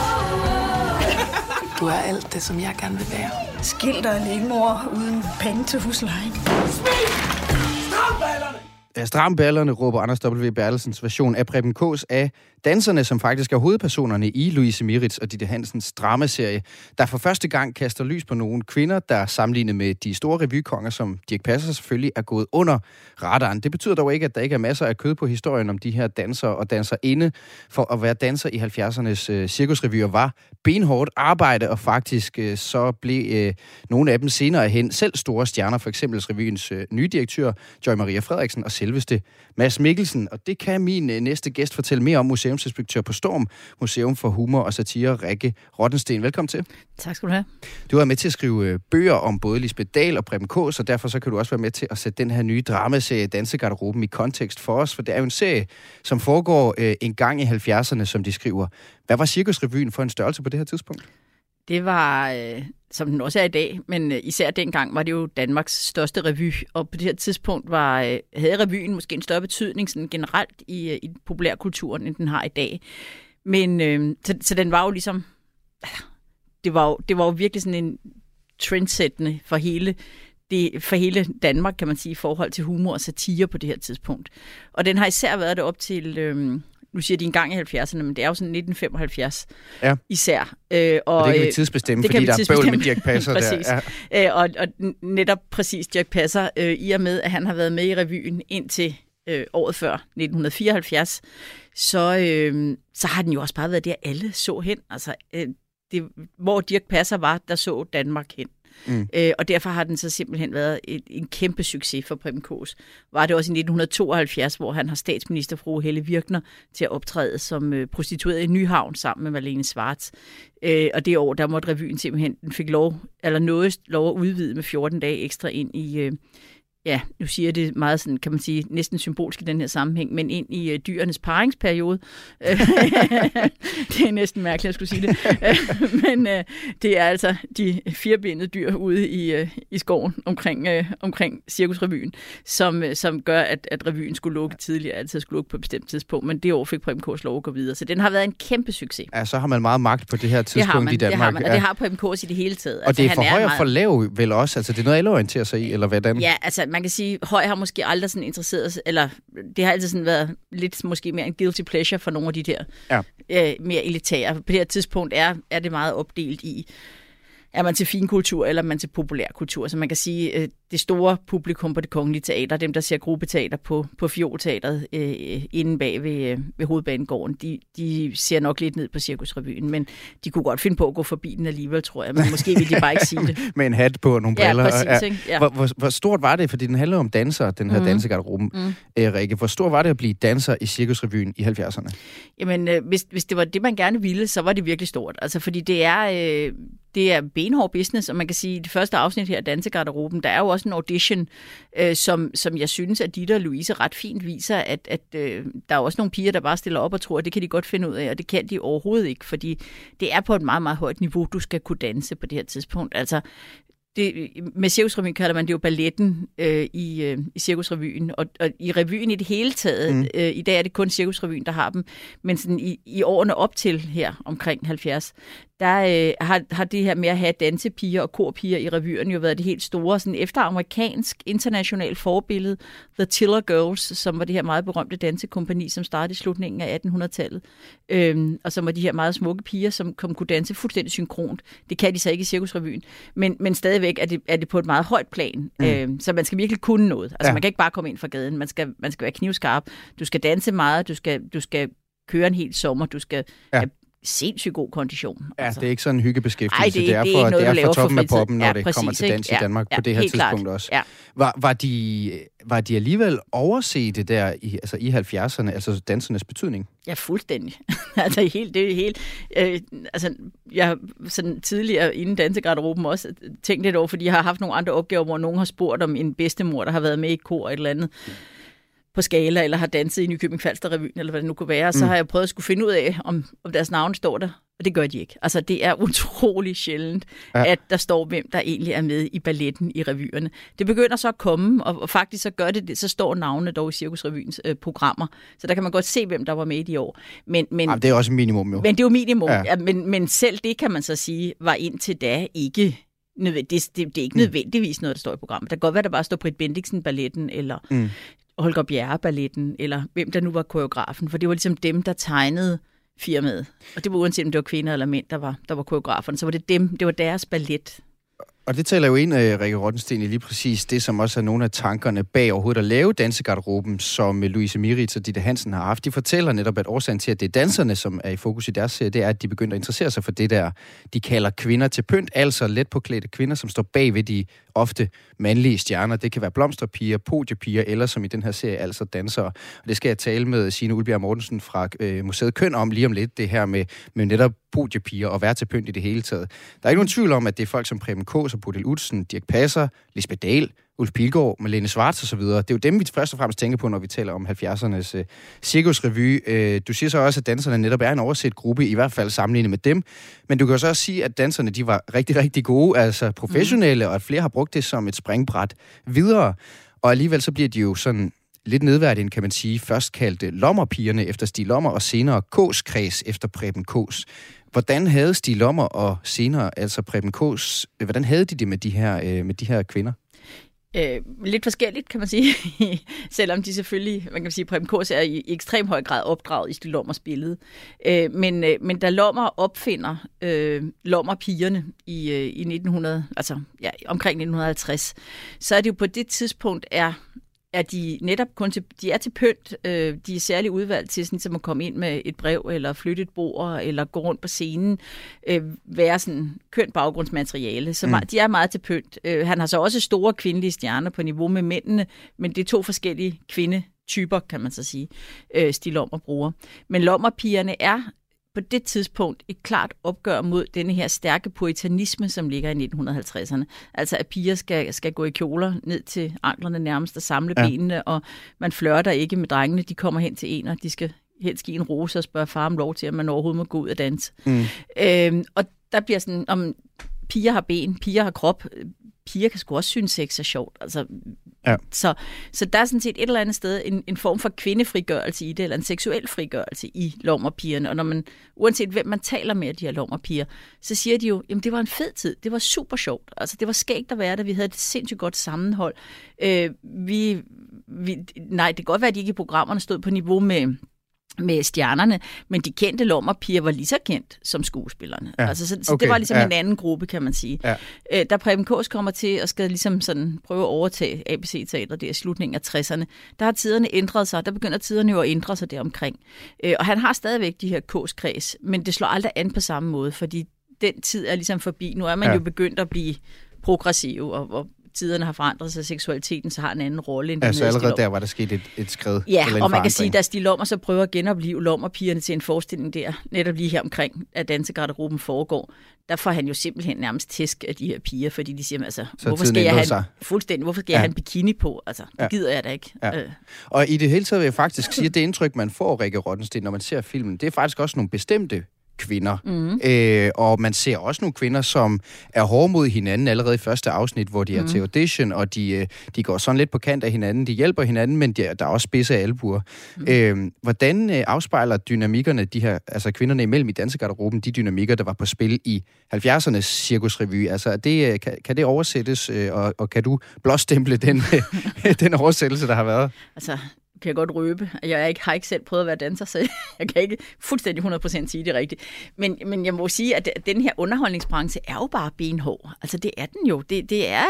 Du er alt det, som jeg gerne vil være. Skilt og alene mor uden penge til huslejen. Smil! Stram ballerne! Ja, stram ballerne, råber Anders W. Bertelsens version af Preben Kaas af danserne, som faktisk er hovedpersonerne i Louise Mieritz og Ditte Hansens dramaserie, der for første gang kaster lys på nogle kvinder, der sammenlignet med de store revykonger, som Dirch Passer selvfølgelig er gået under radaren. Det betyder dog ikke, at der ikke er masser af kød på historien om de her dansere og danserinde. For at være danser i halvfjerdsernes øh, cirkusrevyer var benhårdt arbejde, og faktisk øh, så blev øh, nogle af dem senere hen selv store stjerner, for eksempel revyens øh, nye direktør, Joy Maria Frederiksen, og selveste Mads Mikkelsen. Og det kan min øh, næste gæst fortælle mere om, museumsinspektør på Storm, Museum for Humor og Satire, Rikke Rottensten. Velkommen til. Tak skal du have. Du har med til at skrive bøger om både Lisbeth Dahl og Preben Kaas, og derfor så kan du også være med til at sætte den her nye dramaserie Dansegarderoben i kontekst for os, for det er jo en serie, som foregår øh, en gang i halvfjerdserne, som de skriver. Hvad var Cirkusrevyen for en størrelse på det her tidspunkt? Det var, øh, som den også er i dag, men øh, især dengang var det jo Danmarks største revy, og på det her tidspunkt var, øh, havde revyen måske en større betydning sådan generelt i, øh, i populærkulturen, end den har i dag. Men øh, så, så den var jo ligesom, det var jo, det var jo virkelig sådan en trendsættende for hele, det, for hele Danmark, kan man sige, i forhold til humor og satire på det her tidspunkt. Og den har især været det op til... Øh, nu siger de en gang i halvfjerdserne, men det er jo sådan nitten femoghalvfjerds ja. især. Øh, og, og det kan vi tidsbestemme, fordi der er bøvl med Dirch Passer der. Ja. Øh, og, og netop præcis Dirch Passer, øh, i og med, at han har været med i revyen indtil øh, året før, nitten fireoghalvfjerds, så, øh, så har den jo også bare været der, alle så hen. Altså, øh, det, hvor Dirch Passer var, der så Danmark hen. Mm. Øh, og derfor har den så simpelthen været et, en kæmpe succes for Preben Kaas. Var det også i nitten tooghalvfjerds, hvor han har statsministerfrue Helle Virkner til at optræde som øh, prostitueret i Nyhavn sammen med Marlene Schwartz. Øh, og det år, der måtte revyen simpelthen, den fik lov, eller noget lov at udvide med fjorten dage ekstra ind i... Øh, ja, nu siger jeg det meget sådan, kan man sige, næsten symbolsk i den her sammenhæng, men ind i uh, dyrenes paringsperiode. Det er næsten mærkeligt at skulle sige det. Men uh, det er altså de firebenede dyr ude i, uh, i skoven omkring, uh, omkring Cirkusrevyen, som, uh, som gør, at, at revyen skulle lukke tidligere, altid skulle lukke på et bestemt tidspunkt, men det år fik Preben Kaas lov at gå videre. Så den har været en kæmpe succes. Ja, så har man meget magt på det her tidspunkt det i Danmark. Det har man, ja. og det har Preben Kaas i det hele taget. Og altså, det er for høj og for lav vel også? Altså det er noget, alle orienterer sig i, eller hvordan? Ja, altså man kan sige, Høj har måske aldrig sådan interesseret sig, eller det har altid sådan været lidt måske mere en guilty pleasure for nogle af de der ja. øh, mere elitære. På det her tidspunkt er, er det meget opdelt i, er man til finkultur, eller er man til populærkultur. Så man kan sige, øh, det store publikum på Det Kongelige Teater, dem der ser gruppeteater på, på Fiolteatret øh, inde bag ved, øh, ved Hovedbanegården, de, de ser nok lidt ned på Cirkusrevyen, men de kunne godt finde på at gå forbi den alligevel, tror jeg, men måske ville de bare ikke sige det. Med en hat på og nogle briller. Ja, præcis, ikke? Ja. Hvor, hvor, hvor stort var det, fordi den handler om danser, den her mm. dansegarderoben, mm. Æ, Rikke, hvor stort var det at blive danser i Cirkusrevyen i halvfjerdserne? Jamen, øh, hvis, hvis det var det, man gerne ville, så var det virkelig stort. Altså, fordi det er... Øh, Det er benhård business, og man kan sige, at det første afsnit her af Dansegarderoben, der er jo også en audition, øh, som, som jeg synes, at Ditte og Louise ret fint viser, at, at øh, der er også nogle piger, der bare stiller op og tror, at det kan de godt finde ud af, og det kan de overhovedet ikke, fordi det er på et meget, meget højt niveau, du skal kunne danse på det her tidspunkt. Altså, det, med Cirkusrevyen kalder man det jo balletten øh, i, øh, i Cirkusrevyen, og, og i revyen i det hele taget, mm. øh, i dag er det kun Cirkusrevyen, der har dem, men sådan i, i årene op til her, omkring halvfjerds, der øh, har, har det her med at have dansepiger og korpiger i revyerne jo været det helt store, sådan efter amerikansk internationalt forbillede, The Tiller Girls, som var det her meget berømte dansekompagni, som startede i slutningen af attenhundredetallet, øhm, og som var de her meget smukke piger, som kom, kunne danse fuldstændig synkront. Det kan de så ikke i Cirkusrevyen, men, men stadigvæk er det, er det på et meget højt plan, mm. øhm, så man skal virkelig kunne noget. Altså ja. Man kan ikke bare komme ind fra gaden, man skal, man skal være knivskarp, du skal danse meget, du skal, du skal køre en hel sommer, du skal ja. have sindssygt god kondition. Ja, altså. det er ikke sådan en hyggebeskæftigelse. Ej, det, det er det for, er, noget, det er for toppen af poppen, når ja, det præcis, kommer til dans ikke? i Danmark ja, på det her tidspunkt klart. også. Ja. Var, var, de, var de alligevel overset det der i, altså i halvfjerdserne, altså dansernes betydning? Ja, fuldstændig. altså helt, det er helt... Øh, altså, jeg har sådan tidligere inden Dansegarderoben også tænkt lidt over, fordi jeg har haft nogle andre opgaver, hvor nogen har spurgt om en bedstemor, der har været med i et kor eller andet på Skala, eller har danset i Nykøbing Falster Revyen, eller hvad det nu kunne være, så mm. har jeg prøvet at skulle finde ud af, om, om deres navn står der, og det gør de ikke. Altså, det er utrolig sjældent, ja. at der står, hvem der egentlig er med i balletten i revyerne. Det begynder så at komme, og, og faktisk så gør det, så står navnene dog i Cirkusrevyens øh, programmer, så der kan man godt se, hvem der var med i de år. Men, men, Jamen, det er også minimum, jo. Men det er jo minimum, ja. Ja, men, men selv det kan man så sige, var indtil da ikke... Det, det, det er ikke nødvendigvis noget, der står i programmet. Der kan godt være, der bare står Britt Bendiksen-balletten, eller mm. Holger Bjerre-balletten, eller hvem der nu var koreografen, for det var ligesom dem, der tegnede firmaet. Og det var uanset, om det var kvinder eller mænd, der var, der var koreograferne, så var det dem, det var deres ballet. Og det taler jo ind af Rikke Rottensten i lige præcis det, som også er nogle af tankerne bag overhovedet at lave Dansegarderoben, som Louise Mieritz og Ditte Hansen har haft. De fortæller netop, at årsagen til, at det er danserne, som er i fokus i deres serie, det er, at de begyndte at interessere sig for det der, de kalder kvinder til pynt, altså let påklædte kvinder, som står bag ved de ofte mandlige stjerner. Det kan være blomsterpiger, podiepiger, eller som i den her serie, altså dansere. Og det skal jeg tale med Signe Ulbjerg Mortensen fra øh, Museet Køn om lige om lidt, det her med, med netop podiepiger og være til pynt i det hele taget. Der er ikke nogen tvivl om, at det er folk som Preben Kaas og Bodil Udsen, Dirch Passer, Lisbeth Dahl, Ulf Pilgaard, Malene Schwartz og så videre. Det er jo dem, vi først og fremmest tænker på, når vi taler om halvfjerdsernes uh, cirkusrevy. Uh, du siger så også, at danserne netop er en overset gruppe, i hvert fald sammenlignet med dem. Men du kan jo så også sige, at danserne de var rigtig, rigtig gode, altså professionelle, mm. og at flere har brugt det som et springbræt videre. Og alligevel så bliver de jo sådan lidt nedværdigende, kan man sige, først kaldte Lommer-pigerne efter Stig Lommer, og senere Kaas-kreds efter Preben Kaas. Hvordan havde Stig Lommer og senere altså Preben Kaas, hvordan havde de det med de her, med de her kvinder? Øh, lidt forskelligt, kan man sige. Selvom de selvfølgelig, man kan sige, Preben Kaas er i ekstrem høj grad opdraget i Stig Lommers billede. Øh, men, øh, men da Lommer opfinder øh, Lommer-pigerne i, øh, i nitten hundrede, altså ja, omkring nitten halvtreds, så er det jo på det tidspunkt er er de netop kun til, de er til pynt, øh, de er særligt udvalgt til sådan, som at komme ind med et brev, eller flytte et bord, eller gå rundt på scenen, øh, være sådan kønt baggrundsmateriale. Så mm. meget, de er meget til pynt. Øh, han har så også store kvindelige stjerner på niveau med mændene, men det er to forskellige kvindetyper, kan man så sige, øh, Stig Lommer bruger. Men Lommerpigerne er på det tidspunkt et klart opgør mod denne her stærke puritanisme, som ligger i nitten halvtredserne. Altså at piger skal, skal gå i kjoler ned til anklerne nærmest og samle ja. benene, og man flørter ikke med drengene. De kommer hen til en, og de skal helst give en rose og spørge far om lov til, at man overhovedet må gå ud og danse. Mm. Øhm, og der bliver sådan, om piger har ben, piger har krop, piger kan sgu også synes sex er sjovt. Altså, ja. så, så der er sådan set et eller andet sted en, en form for kvindefrigørelse i det, eller en seksuel frigørelse i Lommerpigerne. Og når man, uanset hvem man taler med de her Lommerpiger, så siger de jo, jamen det var en fed tid, det var super sjovt. Altså det var skægt at være der, vi havde et sindssygt godt sammenhold. Øh, vi, vi, nej, det kan godt være, at de ikke i programmerne stod på niveau med med stjernerne, men de kendte Lommerpiger var lige så kendt som skuespillerne. Ja. Altså, så, så okay. det var ligesom ja. en anden gruppe, kan man sige. Ja. Øh, da Preben Kaas kommer til og skal ligesom sådan prøve at overtage A B C-teatret der i slutningen af tresserne, der har tiderne ændret sig. Der begynder tiderne jo at ændre sig deromkring. Øh, og han har stadigvæk de her Kaas-kreds, men det slår aldrig an på samme måde, fordi den tid er ligesom forbi. Nu er man ja. jo begyndt at blive progressiv og, og tiderne har forandret sig, seksualiteten så har en anden rolle end den altså allerede der var der sket et, et skred. Ja, og man kan sige, at de Lommer så prøver at genopleve Lommerpigerne til en forestilling der, netop lige her omkring, at dansegarderoben foregår. Der får han jo simpelthen nærmest tæsk af de her piger, fordi de siger, altså, hvorfor skal jeg have en, fuldstændig, hvorfor skal ja. jeg have en bikini på? Altså, det ja. gider jeg da ikke. Ja. Øh. Og i det hele taget vil jeg faktisk sige, at det indtryk, man får, Rikke Rottensten, når man ser filmen, det er faktisk også nogle bestemte kvinder. Mm. Øh, og man ser også nogle kvinder, som er hårde mod hinanden allerede i første afsnit, hvor de er mm. til audition, og de, de går sådan lidt på kant af hinanden. De hjælper hinanden, men de, der er også spidse albuer. Mm. Øh, hvordan øh, afspejler dynamikkerne, de her, altså kvinderne imellem i dansegarderoben, de dynamikker, der var på spil i halvfjerdsernes cirkusrevy? Altså, det, kan, kan det oversættes, øh, og, og kan du blåstemple den, den oversættelse, der har været? Altså, kan jeg godt røbe. Jeg er ikke, har ikke selv prøvet at være danser, så jeg kan ikke fuldstændig hundrede procent sige det rigtigt. Men, men jeg må sige, at den her underholdningsbranche er jo bare benhård. Altså det er den jo. Det, det er,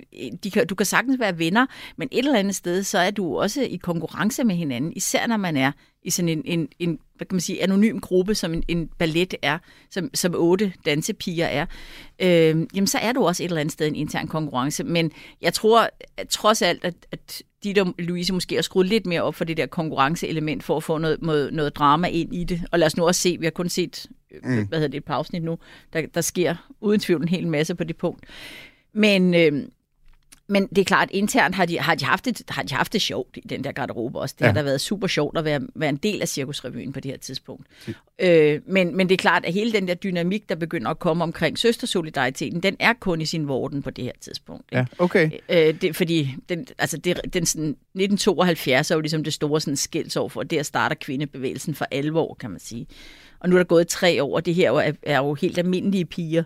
de kan, du kan sagtens være venner, men et eller andet sted, så er du også i konkurrence med hinanden, især når man er i sådan en, en, en hvad kan man sige, anonym gruppe, som en, en ballet er, som, som otte dansepiger er, øh, jamen så er du også et eller andet sted en intern konkurrence. Men jeg tror at trods alt, at, at Ditte og Louise måske har skruet lidt mere op for det der konkurrenceelement, for at få noget, noget, noget drama ind i det. Og lad os nu også se, vi har kun set, mm. hvad hedder det, et par afsnit nu, der, der sker uden tvivl en hel masse på det punkt. Men... Øh, Men det er klart, at internt har de, har, de haft det, har de haft det sjovt i den der garderobe også. Det ja. har da været super sjovt at være, være en del af cirkusrevyen på det her tidspunkt. Øh, men, men det er klart, at hele den der dynamik, der begynder at komme omkring søstersolidariteten, den er kun i sin vorden på det her tidspunkt. Ikke? Ja, okay. Øh, det, fordi den, altså det, den sådan, nitten tooghalvfjerds er jo ligesom det store sådan, skældsår for, og der starter kvindebevægelsen for alvor, kan man sige. Og nu er der gået tre år, og det her er, er jo helt almindelige piger.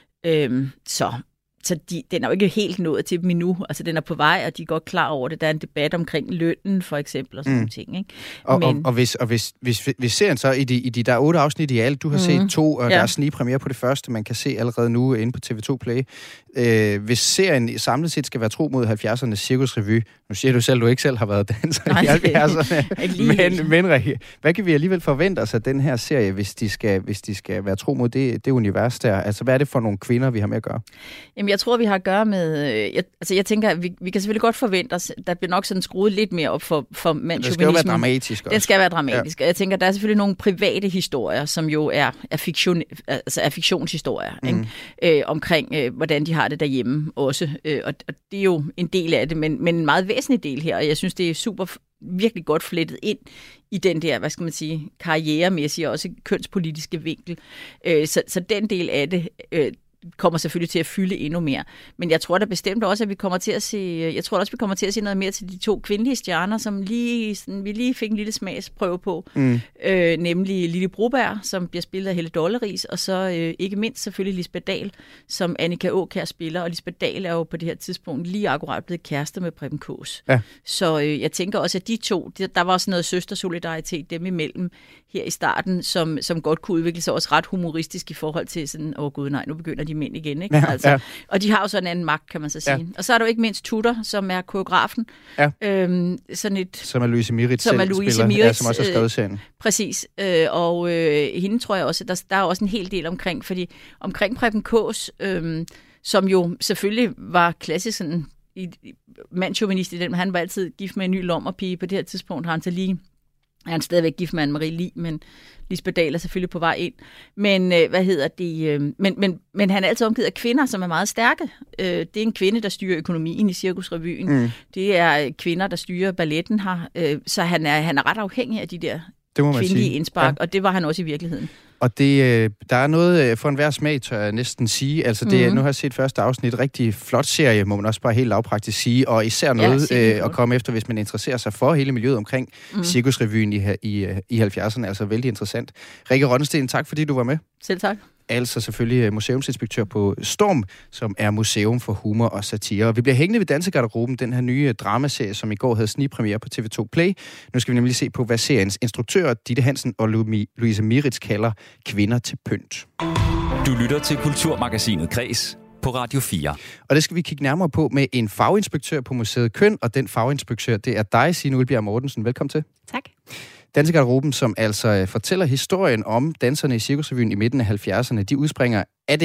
Øh, så... Så de, den er jo ikke helt nået til dem endnu. Altså, den er på vej, og de er godt klar over det. Der er en debat omkring lønnen, for eksempel, og sådan mm. nogle ting. Ikke? Og, Men... og, og, hvis, og hvis, hvis, hvis serien så, i de, i de der otte afsnit i alt, du har mm. set to, og ja. der er snigpremiere på det første, man kan se allerede nu inde på T V to Play. Øh, hvis serien samlet set skal være tro mod halvfjerdsernes cirkusrevy, nu siger du selv, du ikke selv har været danser Nej, i halvfjerdserne, men, men Rikke, hvad kan vi alligevel forvente os af den her serie, hvis de skal, hvis de skal være tro mod det, det univers der? Altså, hvad er det for nogle kvinder, vi har med at gøre? Jamen, jeg tror, vi har at gøre med... Jeg, altså, jeg tænker, at vi, vi kan selvfølgelig godt forvente os, der bliver nok sådan skruet lidt mere op for, for mandsjuvenismen. Det skal jo være dramatisk også. Den skal være dramatisk. Ja. Jeg tænker, der er selvfølgelig nogle private historier, som jo er, er, fiktion, altså er fiktionshistorier, mm. ikke? Øh, omkring, øh, hvordan de har det derhjemme også. Øh, og, og det er jo en del af det, men, men en meget væsentlig del her, og jeg synes, det er super virkelig godt flettet ind i den der, hvad skal man sige, karrieremæssige og også kønspolitiske vinkel. Øh, så, så den del af det... Øh, kommer selvfølgelig til at fylde endnu mere. Men jeg tror da bestemt også, at vi kommer til at se, jeg tror også, vi kommer til at se noget mere til de to kvindelige stjerner, som lige, sådan, vi lige fik en lille smagsprøve på. Mm. Øh, nemlig Lili Broberg, som bliver spillet af Helle Dolleris, og så øh, ikke mindst selvfølgelig Lisbeth Dahl, som Annika Aakjær spiller. Og Lisbeth Dahl er jo på det her tidspunkt lige akkurat blevet kærester med Preben Kaas. Ja. Så øh, jeg tænker også, at de to, der var også noget søstersolidaritet dem imellem her i starten, som, som godt kunne udvikle sig også ret humoristisk i forhold til sådan, åh oh, gud nej, nu begynder de mænd igen, ikke? Ja, altså, ja. Og de har jo sådan en anden magt, kan man så sige. Ja. Og så er der jo ikke mindst Tudor, som er koreografen. Ja. Øhm, sådan et, som er Louise Miritz som er Louise spiller, Miritz, ja, som også har skrevet serien. Øh, præcis. Øh, og øh, hende tror jeg også, der, der er også en hel del omkring, fordi omkring Preben Kaas, øh, som jo selvfølgelig var klassisk sådan, i, mandsjuvenist i den, han var altid gift med en ny lommerpige. På det her tidspunkt har han så lige er han stadigvæk gift med Anne-Marie Lie, men Lisbeth Dahl er selvfølgelig på vej ind. Men øh, hvad hedder det? Øh, men, men, men han er altid omgivet af kvinder, som er meget stærke. Øh, det er en kvinde, der styrer økonomien i cirkusrevyen. Mm. Det er kvinder, der styrer balletten her. Øh, så han er, han er ret afhængig af de der kvindelige sige. indspark, ja. Og det var han også i virkeligheden. Og det, der er noget for enhver smag, tør jeg næsten sige. Altså, det, mm-hmm. nu har jeg set første afsnit, rigtig flot serie, må man også bare helt lavpraktisk sige, og især noget ja, øh, at komme efter, hvis man interesserer sig for hele miljøet omkring mm. cirkusrevyen i, i, i halvfjerdserne. Altså, vældig interessant. Rikke Rottensten, tak fordi du var med. Selv tak. Altså selvfølgelig museumsinspektør på Storm, som er museum for humor og satire. Og vi bliver hængende ved Dansegarderoben, den her nye dramaserie, som i går havde snigpremiere på T V to Play. Nu skal vi nemlig se på, hvad seriens instruktører, Ditte Hansen og Louise Miritz, kalder kvinder til pynt. Du lytter til Kulturmagasinet Kres på Radio fire. Og det skal vi kigge nærmere på med en faginspektør på Museet Køn, og den faginspektør, det er dig, Signe Uldbjerg Mortensen. Velkommen til. Tak. Dansegarderoben, som altså fortæller historien om danserne i cirkusrevyen i midten af halvfjerdserne, de udspringer af det her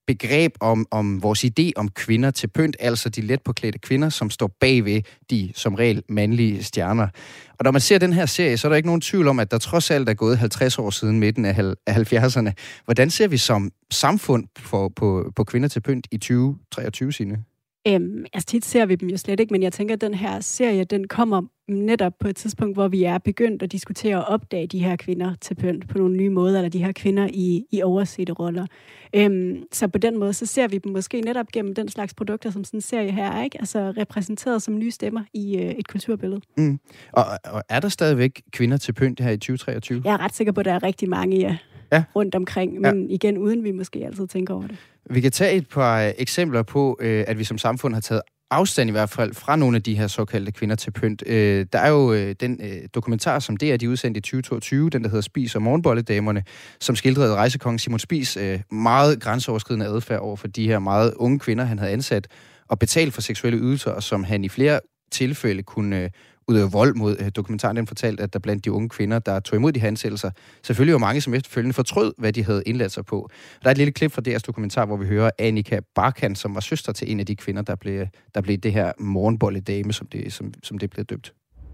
begreb om, om vores idé om kvinder til pynt, altså de let påklædte kvinder, som står bagved de som regel mandlige stjerner. Og når man ser den her serie, så er der ikke nogen tvivl om, at der trods alt er gået halvtreds år siden midten af halvfjerdserne. Hvordan ser vi som samfund på, på, på kvinder til pynt i tyve treogtyve, Signe? Øhm, altså tit ser vi dem jo slet ikke, men jeg tænker, at den her serie, den kommer netop på et tidspunkt, hvor vi er begyndt at diskutere og opdage de her kvinder til pynt på nogle nye måder, eller de her kvinder i, i oversete roller. Øhm, så på den måde, så ser vi dem måske netop gennem den slags produkter, som sådan en serie her er, ikke? Altså repræsenteret som nye stemmer i øh, et kulturbillede. Mm. Og, og er der stadigvæk kvinder til pynt her i tyve treogtyve? Jeg er ret sikker på, at der er rigtig mange ja, ja. rundt omkring, men ja. igen, uden vi måske altid tænker over det. Vi kan tage et par eksempler på, øh, at vi som samfund har taget afstand i hvert fald fra nogle af de her såkaldte kvinder til pynt. Øh, der er jo øh, den øh, dokumentar, som det er, de udsendte i tyve toogtyve, den der hedder Spies og morgenbolledamerne, som skildrede rejsekongen Simon Spies øh, meget grænseoverskridende adfærd over for de her meget unge kvinder, han havde ansat og betalt for seksuelle ydelser, og som han i flere tilfælde kunne øh, udøve vold mod. Dokumentaren den fortalte, at der blandt de unge kvinder, der tog imod de her ansættelser, selvfølgelig var mange, som efterfølgende fortrød, hvad de havde indladt sig på. Der er et lille klip fra D R's dokumentar, hvor vi hører Annika Barkan, som var søster til en af de kvinder, der blev, der blev det her morgenbolledame, som det, som, som det blev døbt.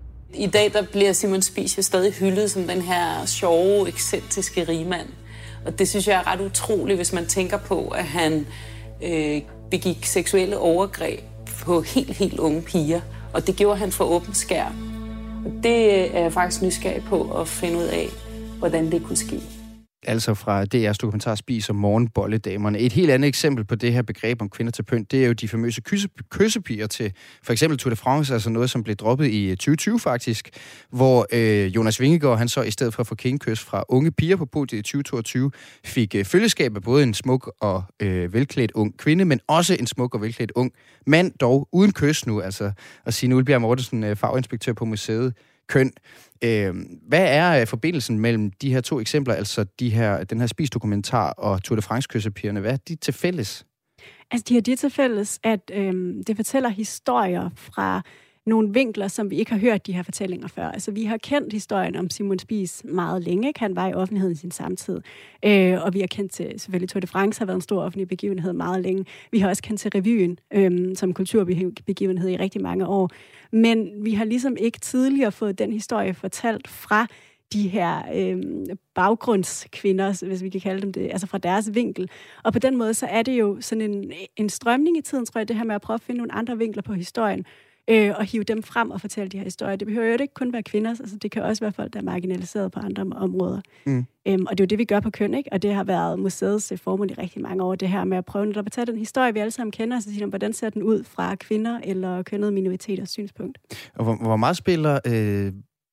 I dag der bliver Simon Spies jo stadig hyldet som den her sjove, ekscentriske rigmand. Og det synes jeg er ret utroligt, hvis man tænker på, at han øh, begik seksuelle overgreb på helt, helt unge piger. Og det gjorde han for åben skærm. Og det er jeg faktisk nysgerrig på at finde ud af, hvordan det kunne ske. Altså fra D R's dokumentar Spies og morgenbolledamerne. Et helt andet eksempel på det her begreb om kvinder til pynt, det er jo de famøse kysse, kyssepiger til for eksempel Tour de France, altså noget, som blev droppet i tyve tyve faktisk, hvor øh, Jonas Vingegaard, han så i stedet for at få kindkys fra unge piger på podiet i tyve toogtyve, fik øh, følgeskab af både en smuk og øh, velklædt ung kvinde, men også en smuk og velklædt ung mand, dog uden kys nu, altså. Og Signe Ulbjerg Mortensen, øh, faginspektør på museet Køn. Øh, hvad er forbindelsen mellem de her to eksempler, altså de her, den her Spies-dokumentar og Tour de France-kyssepigerne? Hvad er de til fælles? Altså, de har de til fælles, at øh, det fortæller historier fra nogle vinkler, som vi ikke har hørt de her fortællinger før. Altså, vi har kendt historien om Simon Spies meget længe. Han var i offentligheden i sin samtid. Øh, og vi har kendt til, selvfølgelig Tour de France har været en stor offentlig begivenhed meget længe. Vi har også kendt til revyen øh, som kulturbegivenhed i rigtig mange år. Men vi har ligesom ikke tidligere fået den historie fortalt fra de her øh, baggrundskvinder, hvis vi kan kalde dem det, altså fra deres vinkel. Og på den måde, så er det jo sådan en, en strømning i tiden, tror jeg, det her med at prøve at finde nogle andre vinkler på historien, øh, og hive dem frem og fortælle de her historier. Det behøver jo ikke kun være kvinder, altså det kan også være folk, der er marginaliseret på andre områder. Mm. Øhm, og det er jo det, vi gør på Køn, ikke? Og det har været museets formål i rigtig mange år, det her med at prøve at tage den historie, vi alle sammen kender, og så sige, hvordan ser den ud fra kvinder eller kønnede minoriteters synspunkt. Og hvor, hvor meget spiller øh,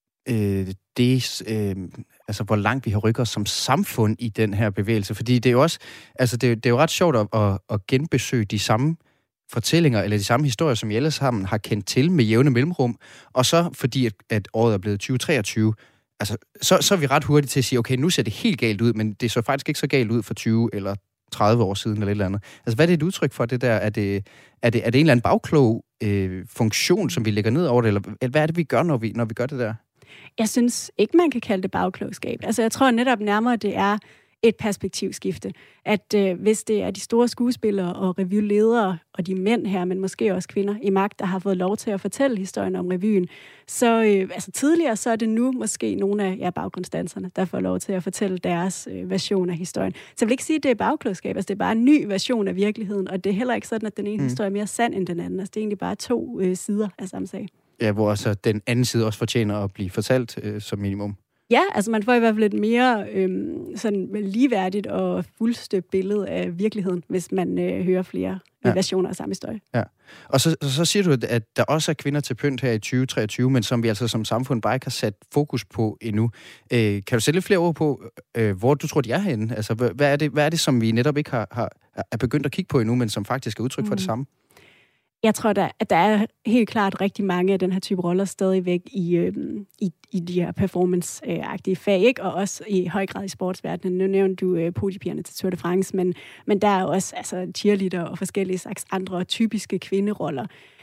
øh, det, øh, altså hvor langt vi har rykket os som samfund i den her bevægelse? Fordi det er jo også, altså det, det er jo ret sjovt at, at, at genbesøge de samme fortællinger, eller de samme historier, som I alle sammen har kendt til med jævne mellemrum, og så fordi, at, at året er blevet tyve treogtyve, altså, så, så er vi ret hurtigt til at sige, okay, nu ser det helt galt ud, men det så faktisk ikke så galt ud for tyve eller tredive år siden, eller et eller andet. Altså, hvad er det et udtryk for, det der? Er det, er det, er det en eller anden bagklog øh, funktion, som vi lægger ned over det, eller hvad er det, vi gør, når vi, når vi gør det der? Jeg synes ikke, man kan kalde det bagklogskab. Altså, jeg tror netop nærmere, det er et perspektivskifte. At øh, hvis det er de store skuespillere og revyledere og de mænd her, men måske også kvinder i magt, der har fået lov til at fortælle historien om revyen, så øh, altså tidligere, så er det nu måske nogle af ja, baggrundsdanserne, der får lov til at fortælle deres øh, version af historien. Så jeg vil ikke sige, at det er bagklogskab, altså det er bare en ny version af virkeligheden, og det er heller ikke sådan, at den ene mm. historie er mere sand end den anden. Altså det er egentlig bare to øh, sider af samme sag. Ja, hvor altså den anden side også fortjener at blive fortalt øh, som minimum. Ja, altså man får i hvert fald et mere øhm, sådan ligeværdigt og fuldstøbt billede af virkeligheden, hvis man øh, hører flere ja. versioner af samme historie. Ja. Og så, så siger du, at der også er kvinder til pynt her i tyve treogtyve, men som vi altså som samfund bare ikke har sat fokus på endnu. Øh, kan du sætte lidt flere ord på, øh, hvor du tror, de er henne? Altså, hvad er det, hvad er det som vi netop ikke har, har er begyndt at kigge på endnu, men som faktisk er udtryk for mm. det samme? Jeg tror, der, at der er helt klart rigtig mange af den her type roller stadigvæk i, øh, i, i de her performance-agtige fag, ikke? Og også i høj grad i sportsverdenen. Nu nævnte du øh, podiepigerne til Tour de France, men, men der er også altså, cheerleader og forskellige slags andre typiske kvinderoller.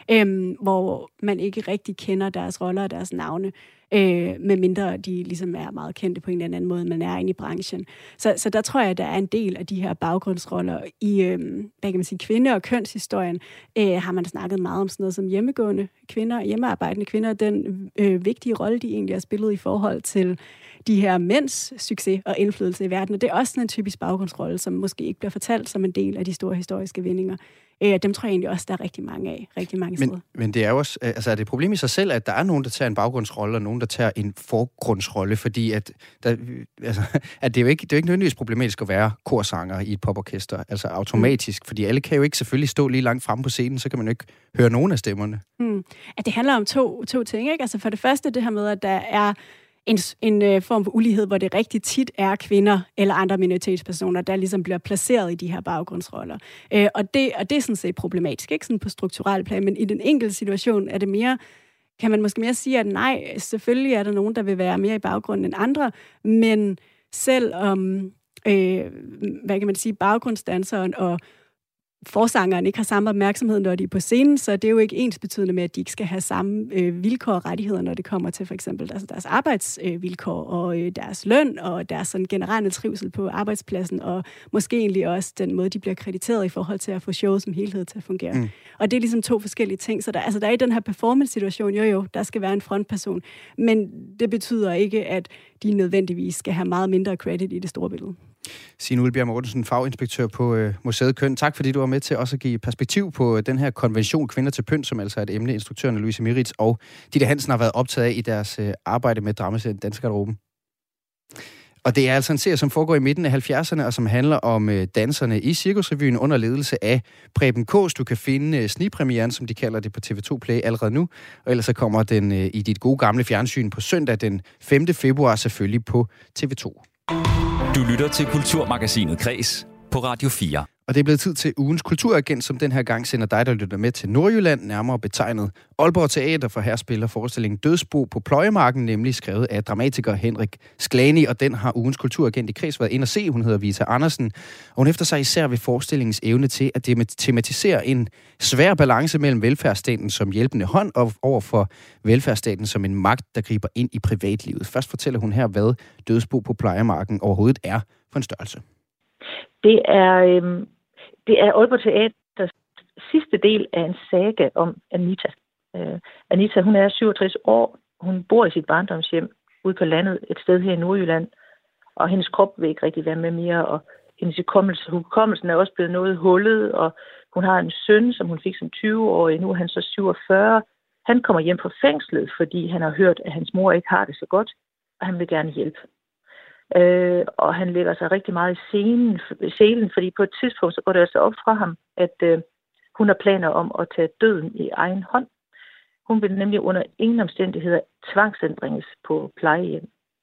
øhm, hvor man ikke rigtig kender deres roller og deres navne, øh, medmindre de ligesom er meget kendte på en eller anden måde, man er inde i branchen. Så, så der tror jeg, at der er en del af de her baggrundsroller i, øh, hvad kan man sige, kvinde- og kønshistorien. Øh, har man snakket meget om sådan noget som hjemmegående kvinder, hjemmearbejdende kvinder, den øh, vigtige rolle, de egentlig har spillet i forhold til de her mænds succes og indflydelse i verden. Og det er også sådan en typisk baggrundsrolle, som måske ikke bliver fortalt som en del af de store historiske vindinger. Øh, dem tror jeg egentlig også, der er rigtig mange af, rigtig mange men, steder. Men det er jo også, altså er det et problem i sig selv, at der er nogen, der tager en baggrundsrolle, og nogen, der tager en forgrundsrolle, fordi at, der, altså, at det er jo ikke, det er jo ikke nødvendigvis problematisk at være korsanger i et poporkester, altså automatisk, mm. fordi alle kan jo ikke selvfølgelig stå lige langt fremme på scenen, så kan man jo ikke høre nogen af stemmerne. Mm. At det handler om to, to ting, ikke? Altså for det første det her med, at der er en, en øh, form for ulighed, hvor det rigtig tit er kvinder eller andre minoritetspersoner, der ligesom bliver placeret i de her baggrundsroller. Øh, og, det, og det er sådan set problematisk, ikke sådan på strukturel plan, men i den enkelte situation er det mere, kan man måske mere sige, at nej, selvfølgelig er der nogen, der vil være mere i baggrunden end andre, men selv om, øh, hvad kan man sige, baggrundsdanseren og forsangeren ikke har samme opmærksomhed, når de er på scenen, så det er jo ikke ensbetydende med, at de ikke skal have samme øh, vilkår og rettigheder, når det kommer til for eksempel altså deres arbejdsvilkår øh, og øh, deres løn og deres sådan, generelle trivsel på arbejdspladsen, og måske egentlig også den måde, de bliver krediteret i forhold til at få showet som helhed til at fungere. Mm. Og det er ligesom to forskellige ting. Så der, altså, der er i den her performance-situation, jo jo, der skal være en frontperson, men det betyder ikke, at de nødvendigvis skal have meget mindre credit i det store billede. Signe Uldbjerg Mortensen, faginspektør på øh, Museet Køn. Tak fordi du var med til også at give perspektiv på øh, den her konvention Kvinder til Pynt, som altså er et emne, instruktørerne Louise Mieritz og Ditte Hansen har været optaget af i deres øh, arbejde med dramaserien Danskergarderoben. Og det er altså en serie, som foregår i midten af halvfjerdserne, og som handler om øh, danserne i Cirkusrevyen under ledelse af Preben Kaas. Du kan finde øh, snigpremieren, som de kalder det, på T V to Play allerede nu. Og ellers så kommer den øh, i dit gode gamle fjernsyn på søndag den femte februar, selvfølgelig på T V to. Du lytter til Kulturmagasinet Kres på Radio fire. Og det er blevet tid til ugens kulturagent, som den her gang sender dig, der lytter med til Nordjylland, nærmere betegnet Aalborg Teater, for her spiller forestillingen Dødsbo på Pløjemarken, nemlig skrevet af dramatiker Henrik Sklani, og den har ugens kulturagent i Kres været ind at se. Hun hedder Vita Andersen, og hun efter sig især ved forestillingens evne til at tematisere en svær balance mellem velfærdsstaten som hjælpende hånd og overfor velfærdsstaten som en magt, der griber ind i privatlivet. Først fortæller hun her, hvad Dødsbo på Pløjemarken overhovedet er for en størrelse. Det er... Øhm Det er Aalborg Teaters sidste del af en saga om Anita. Uh, Anita, hun er syvogtres år. Hun bor i sit barndomshjem ude på landet, et sted her i Nordjylland. Og hendes krop vil ikke rigtig være med mere, og hendes hukommelse, hukommelsen er også blevet noget hullet, og hun har en søn, som hun fik som tyve-årig. Nu er han så syvogfyrre. Han kommer hjem fra fængslet, fordi han har hørt, at hans mor ikke har det så godt, og han vil gerne hjælpe. Øh, og han lægger sig rigtig meget i scenen, scenen, fordi på et tidspunkt så går det altså op fra ham, at øh, hun har planer om at tage døden i egen hånd. Hun vil nemlig under ingen omstændigheder tvangsanbringes på plejehjem.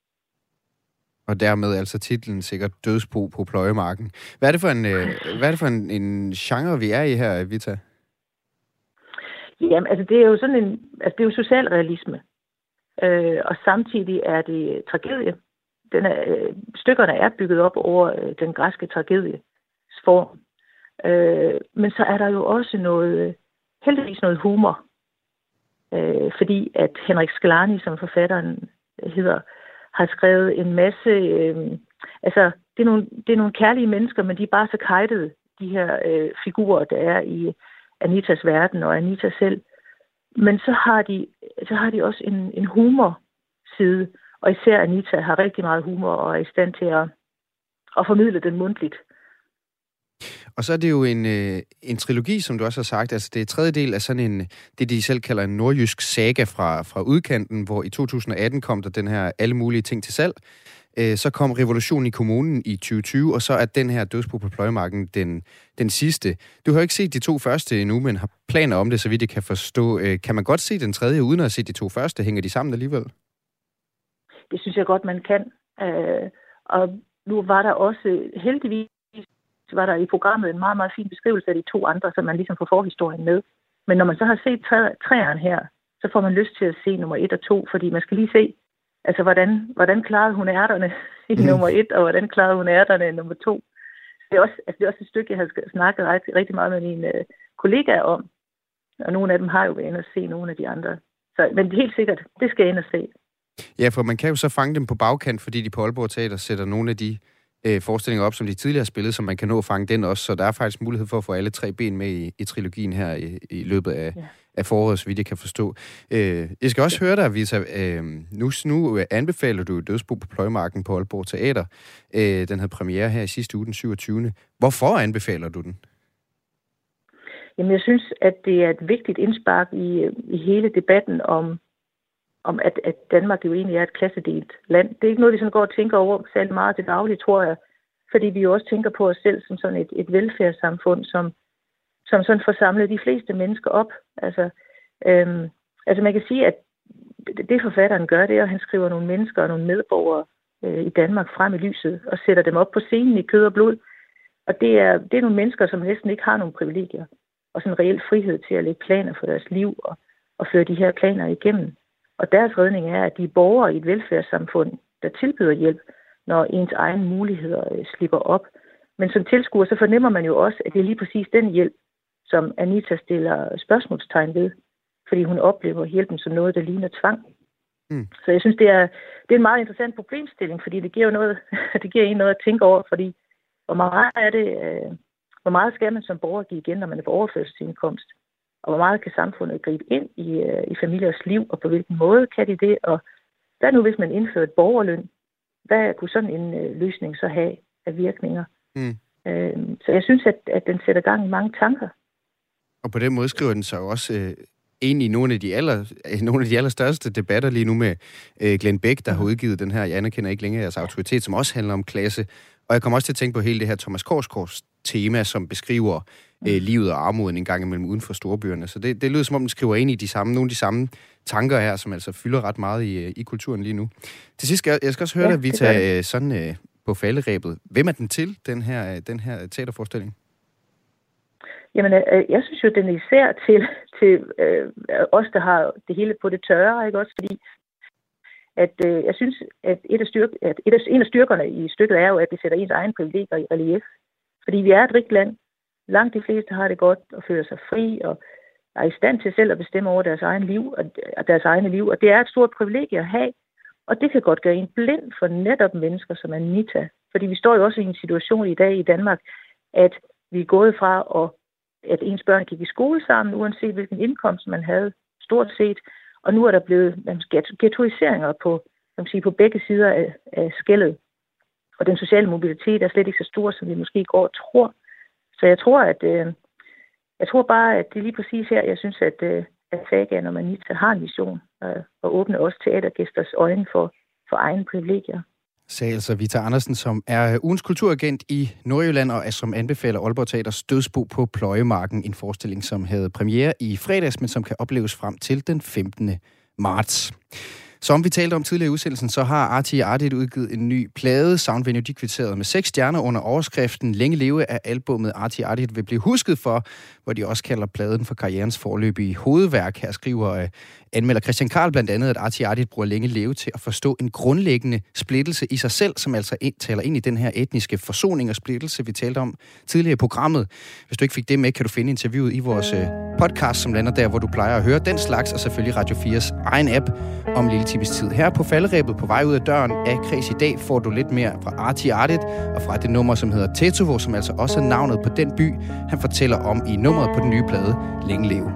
Og dermed altså titlen sikkert Dødsbo på Pløjemarken. Hvad er det for en, øh, hvad er det for en, en genre, vi er i her, Vita? Jamen, altså det er jo sådan en, altså det er jo socialrealisme. Øh, og samtidig er det tragedie. Den er, øh, stykkerne er bygget op over øh, den græske tragedies form. Øh, men så er der jo også noget, heldigvis noget humor. Øh, fordi at Henrik Sklani, som forfatteren hedder, har skrevet en masse... Øh, altså, det er, nogle, det er nogle kærlige mennesker, men de er bare så kajtede, de her øh, figurer, der er i Anitas verden og Anita selv. Men så har de, så har de også en, en humorside. Og især Anita har rigtig meget humor og er i stand til at, at formidle den mundtligt. Og så er det jo en, øh, en trilogi, som du også har sagt. Altså det er tredje del af sådan en, det de selv kalder en nordjysk saga fra, fra udkanten, hvor i to tusind og atten kom der den her Alle mulige ting til salg. Øh, så kom Revolutionen i kommunen i tyve tyve, og så er den her Dødsbo på Pløjemarken den, den sidste. Du har ikke set de to første endnu, men har planer om det, så vidt jeg kan forstå. Øh, kan man godt se den tredje, uden at se de to første? Hænger de sammen alligevel? Det synes jeg godt, man kan. Øh, og nu var der også, heldigvis, var der i programmet en meget, meget fin beskrivelse af de to andre, så man ligesom får forhistorien med. Men når man så har set træerne her, så får man lyst til at se nummer et og to, fordi man skal lige se, altså hvordan, hvordan klarede hun ærterne i mm. nummer et, og hvordan klarede hun ærterne i nummer to. Det er også, altså, det er også et stykke, jeg har snakket rigtig, rigtig meget med mine øh, kollegaer om. Og nogle af dem har jo været inde og se nogle af de andre. Så, men helt sikkert, det skal jeg ind og se. Ja, for man kan jo så fange dem på bagkant, fordi de på Aalborg Teater sætter nogle af de øh, forestillinger op, som de tidligere har spillet, så man kan nå at fange den også. Så der er faktisk mulighed for at få alle tre ben med i, i trilogien her i, i løbet af, ja. af foråret, så vidt jeg kan forstå. Øh, jeg skal også høre dig, Vita. Øh, nu, nu anbefaler du Dødsbo på Pløjemarken på Aalborg Teater. Øh, den havde premiere her i sidste uge, den syvogtyvende Hvorfor anbefaler du den? Jamen, jeg synes, at det er et vigtigt indspark i, i hele debatten om, om at, at Danmark jo egentlig er et klassedelt land. Det er ikke noget, vi sådan går og tænker over særlig meget til dagligt, tror jeg. Fordi vi jo også tænker på os selv som sådan et, et velfærdssamfund, som, som sådan får samlet de fleste mennesker op. Altså, øhm, altså man kan sige, at det forfatteren gør, det er, at han skriver nogle mennesker og nogle medborgere øh, i Danmark frem i lyset og sætter dem op på scenen i kød og blod. Og det er, det er nogle mennesker, som næsten ikke har nogen privilegier og sådan en reel frihed til at lægge planer for deres liv og, og føre de her planer igennem. Og deres redning er, at de er borgere i et velfærdssamfund, der tilbyder hjælp, når ens egne muligheder øh, slipper op. Men som tilskuer, så fornemmer man jo også, at det er lige præcis den hjælp, som Anita stiller spørgsmålstegn ved, fordi hun oplever hjælpen som noget, der ligner tvang. Mm. Så jeg synes, det er, det er en meget interessant problemstilling, fordi det giver jo noget, det giver en noget at tænke over, fordi hvor meget er det, øh, hvor meget skal man som borger give igen, når man er på overførselsindkomst? Og hvor meget kan samfundet gribe ind i, øh, i familiers liv, og på hvilken måde kan de det? Og hvad nu, hvis man indfører et borgerløn? Hvad kunne sådan en øh, løsning så have af virkninger? Mm. Øh, så jeg synes, at, at den sætter gang i mange tanker. Og på den måde skriver den så også øh, ind i nogle af de aller, nogle af de allerstørste debatter lige nu med øh, Glenn Bæk, der har udgivet den her, jeg anerkender ikke længere jeres autoritet, som også handler om klasse. Og jeg kommer også til at tænke på hele det her Thomas Korsgaards tema, som beskriver øh, livet og armoden en gang imellem uden for storbyerne. Så det, det lyder som om, den skriver ind i de samme, nogle af de samme tanker her, som altså fylder ret meget i, i kulturen lige nu. Til sidst skal jeg, jeg skal også høre ja, dig, Vita, øh, sådan øh, på falderæbet. Hvem er den til, den her, den her teaterforestilling? Jamen, øh, jeg synes jo, den er især til, til øh, os, der har det hele på det tørre, ikke også? Fordi at øh, jeg synes, at, et af styrk, at et af, en af styrkerne i stykket er jo, at det sætter ens egen privilegier i relief. Fordi vi er et rigt land. Langt de fleste har det godt og føler sig fri og er i stand til selv at bestemme over deres egen liv og deres egne liv. Og det er et stort privilegie at have. Og det kan godt gøre en blind for netop mennesker som Anita. Fordi vi står jo også i en situation i dag i Danmark, at vi er gået fra, at, at ens børn gik i skole sammen, uanset hvilken indkomst man havde, stort set. Og nu er der blevet ghettoiseringer på, kan sige, på begge sider af, af skellet. Og den sociale mobilitet er slet ikke så stor, som vi måske går og tror. Så jeg tror, at øh, jeg tror bare, at det er lige præcis her, jeg synes, at, øh, at Sagan og Anita har en vision øh, og åbne også teatergæsters øjne for, for egne privilegier. Sagde altså Vita Andersen, som er ugens kulturagent i Nordjylland, og som anbefaler Aalborg Teaters Dødsbo på Pløjemarken, en forestilling, som havde premiere i fredags, men som kan opleves frem til den femtende marts. Som vi talte om tidligere i udsendelsen, så har Artie Ardit udgivet en ny plade. Soundvenue, de kvitterede med seks stjerner under overskriften Længe leve af albummet Artie Ardit vil blive husket for, hvor de også kalder pladen for karrierens forløbige hovedværk. Her skriver uh, anmelder Christian Karl blandt andet, at Artie Ardit bruger Længe leve til at forstå en grundlæggende splittelse i sig selv, som altså ind, taler ind i den her etniske forsoning og splittelse, vi talte om tidligere i programmet. Hvis du ikke fik det med, kan du finde interviewet i vores uh, podcast, som lander der, hvor du plejer at høre den slags, og selvfølgelig Radio fires egen app om lille times tid. Her på falderæbet på vej ud af døren af Kreds i dag får du lidt mere fra Artie Ardit og fra det nummer, som hedder Tetovo, som altså også er navnet på den by, han fortæller om i nummeret på den nye plade Længe leve.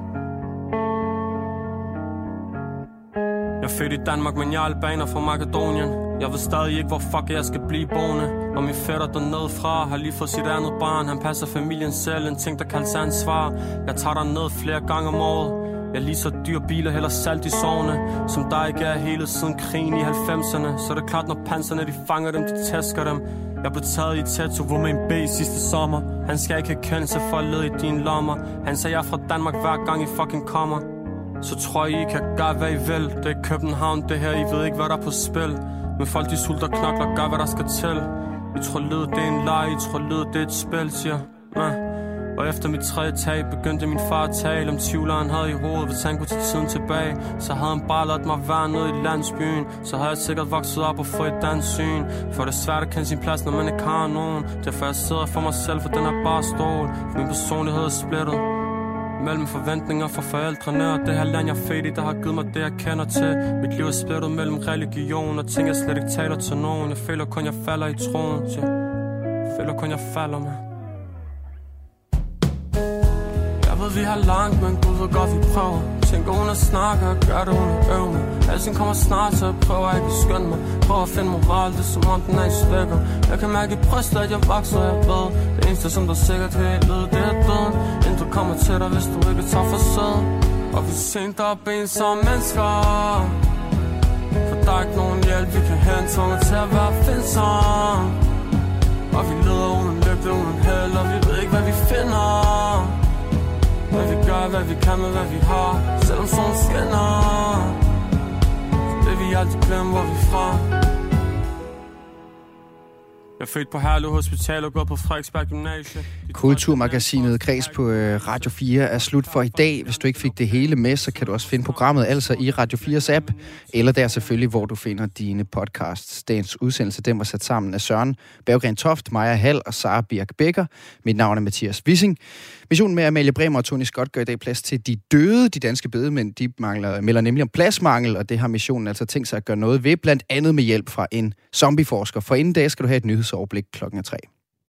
Jeg er født i Danmark, men jeg er albaner fra Makedonien. Jeg ved stadig ikke, hvor fuck jeg skal blive boende. Og min fætter dernede fra har lige fået sit andet barn. Han passer familien selv, en ting der kaldes ansvar. Jeg tager derned flere gange om året. Jeg leaser dyre biler, heller salt i sovne. Som der ikke er hele siden krigen i halvfemserne. Så det er klart, når panserne de fanger dem, de tæsker dem. Jeg blev taget i Tetovo med en B sidste sommer. Han skal ikke have kendelse for at lede i dine lommer. Han sagde, jeg er fra Danmark hver gang I fucking kommer. Så tror I, I kan gøre hvad I vil. Det er København det her, I ved ikke hvad der er på spil. Men folk de sulter knokler, gør hvad der skal til. I tror livet det er en leg, I tror livet det er et spil, siger nah. Og efter mit tredje tag begyndte min far at tale om tvivleren havde i hovedet. Hvis han kunne tage tiden tilbage, så havde han bare ladet mig være nede i landsbyen. Så havde jeg sikkert vokset op og fået et dansk syn. For det er svært at kende sin plads, når man ikke har nogen. Derfor jeg sidder for mig selv, for den er bare stål. For min personlighed er splittet. Mellem forventninger fra forældrene og det her land, jeg er født i, der har givet mig det, jeg kender til. Mit liv er splittet mellem religion og ting, jeg slet ikke taler til nogen. Jeg føler kun, jeg falder i troen. Jeg føler kun, jeg falder med. Jeg ved, vi har langt, men Gud ved godt, vi prøver. Tænker hun at snakke og gør det, hun er øvende. Alting kommer snart, så jeg prøver ikke at skynde mig. Prøver at finde moral, det er som om den er i stykker. Jeg kan mærke i brystet, at jeg vokser, jeg ved. Det eneste, som der sikkert kan lide, det er døden. Intet kommer til dig, hvis du ikke tager for sæd. Og vi er sent op en som mennesker. For der er ikke nogen hjælp, vi kan hente, tvunget til at være finsom. Og vi leder uden lygte, uden held, og vi ved ikke, hvad vi finder. Men vi gør, hvad vi kan med, hvad vi har, selvom solen skinner. Det vi altid glemmer, hvor vi er fra. Jeg er født på Herlev Hospital og gået på Frederiksberg Gymnasium. Kulturmagasinet Kreds på Radio fire er slut for i dag. Hvis du ikke fik det hele med, så kan du også finde programmet altså i Radio fires app, eller der selvfølgelig, hvor du finder dine podcasts. Dagens udsendelse, den var sat sammen af Søren Berggren Toft, Maja Hall og Sara Birk Becker. Mit navn er Mathias Wissing. Missionen med Amalie Bremer og Tony Scott gør i dag plads til de døde. De danske bedemænd, de mangler, melder nemlig om pladsmangel, og det har missionen altså tænkt sig at gøre noget ved, blandt andet med hjælp fra en zombieforsker. For inden da skal du have et nyhedsoverblik klokken tre.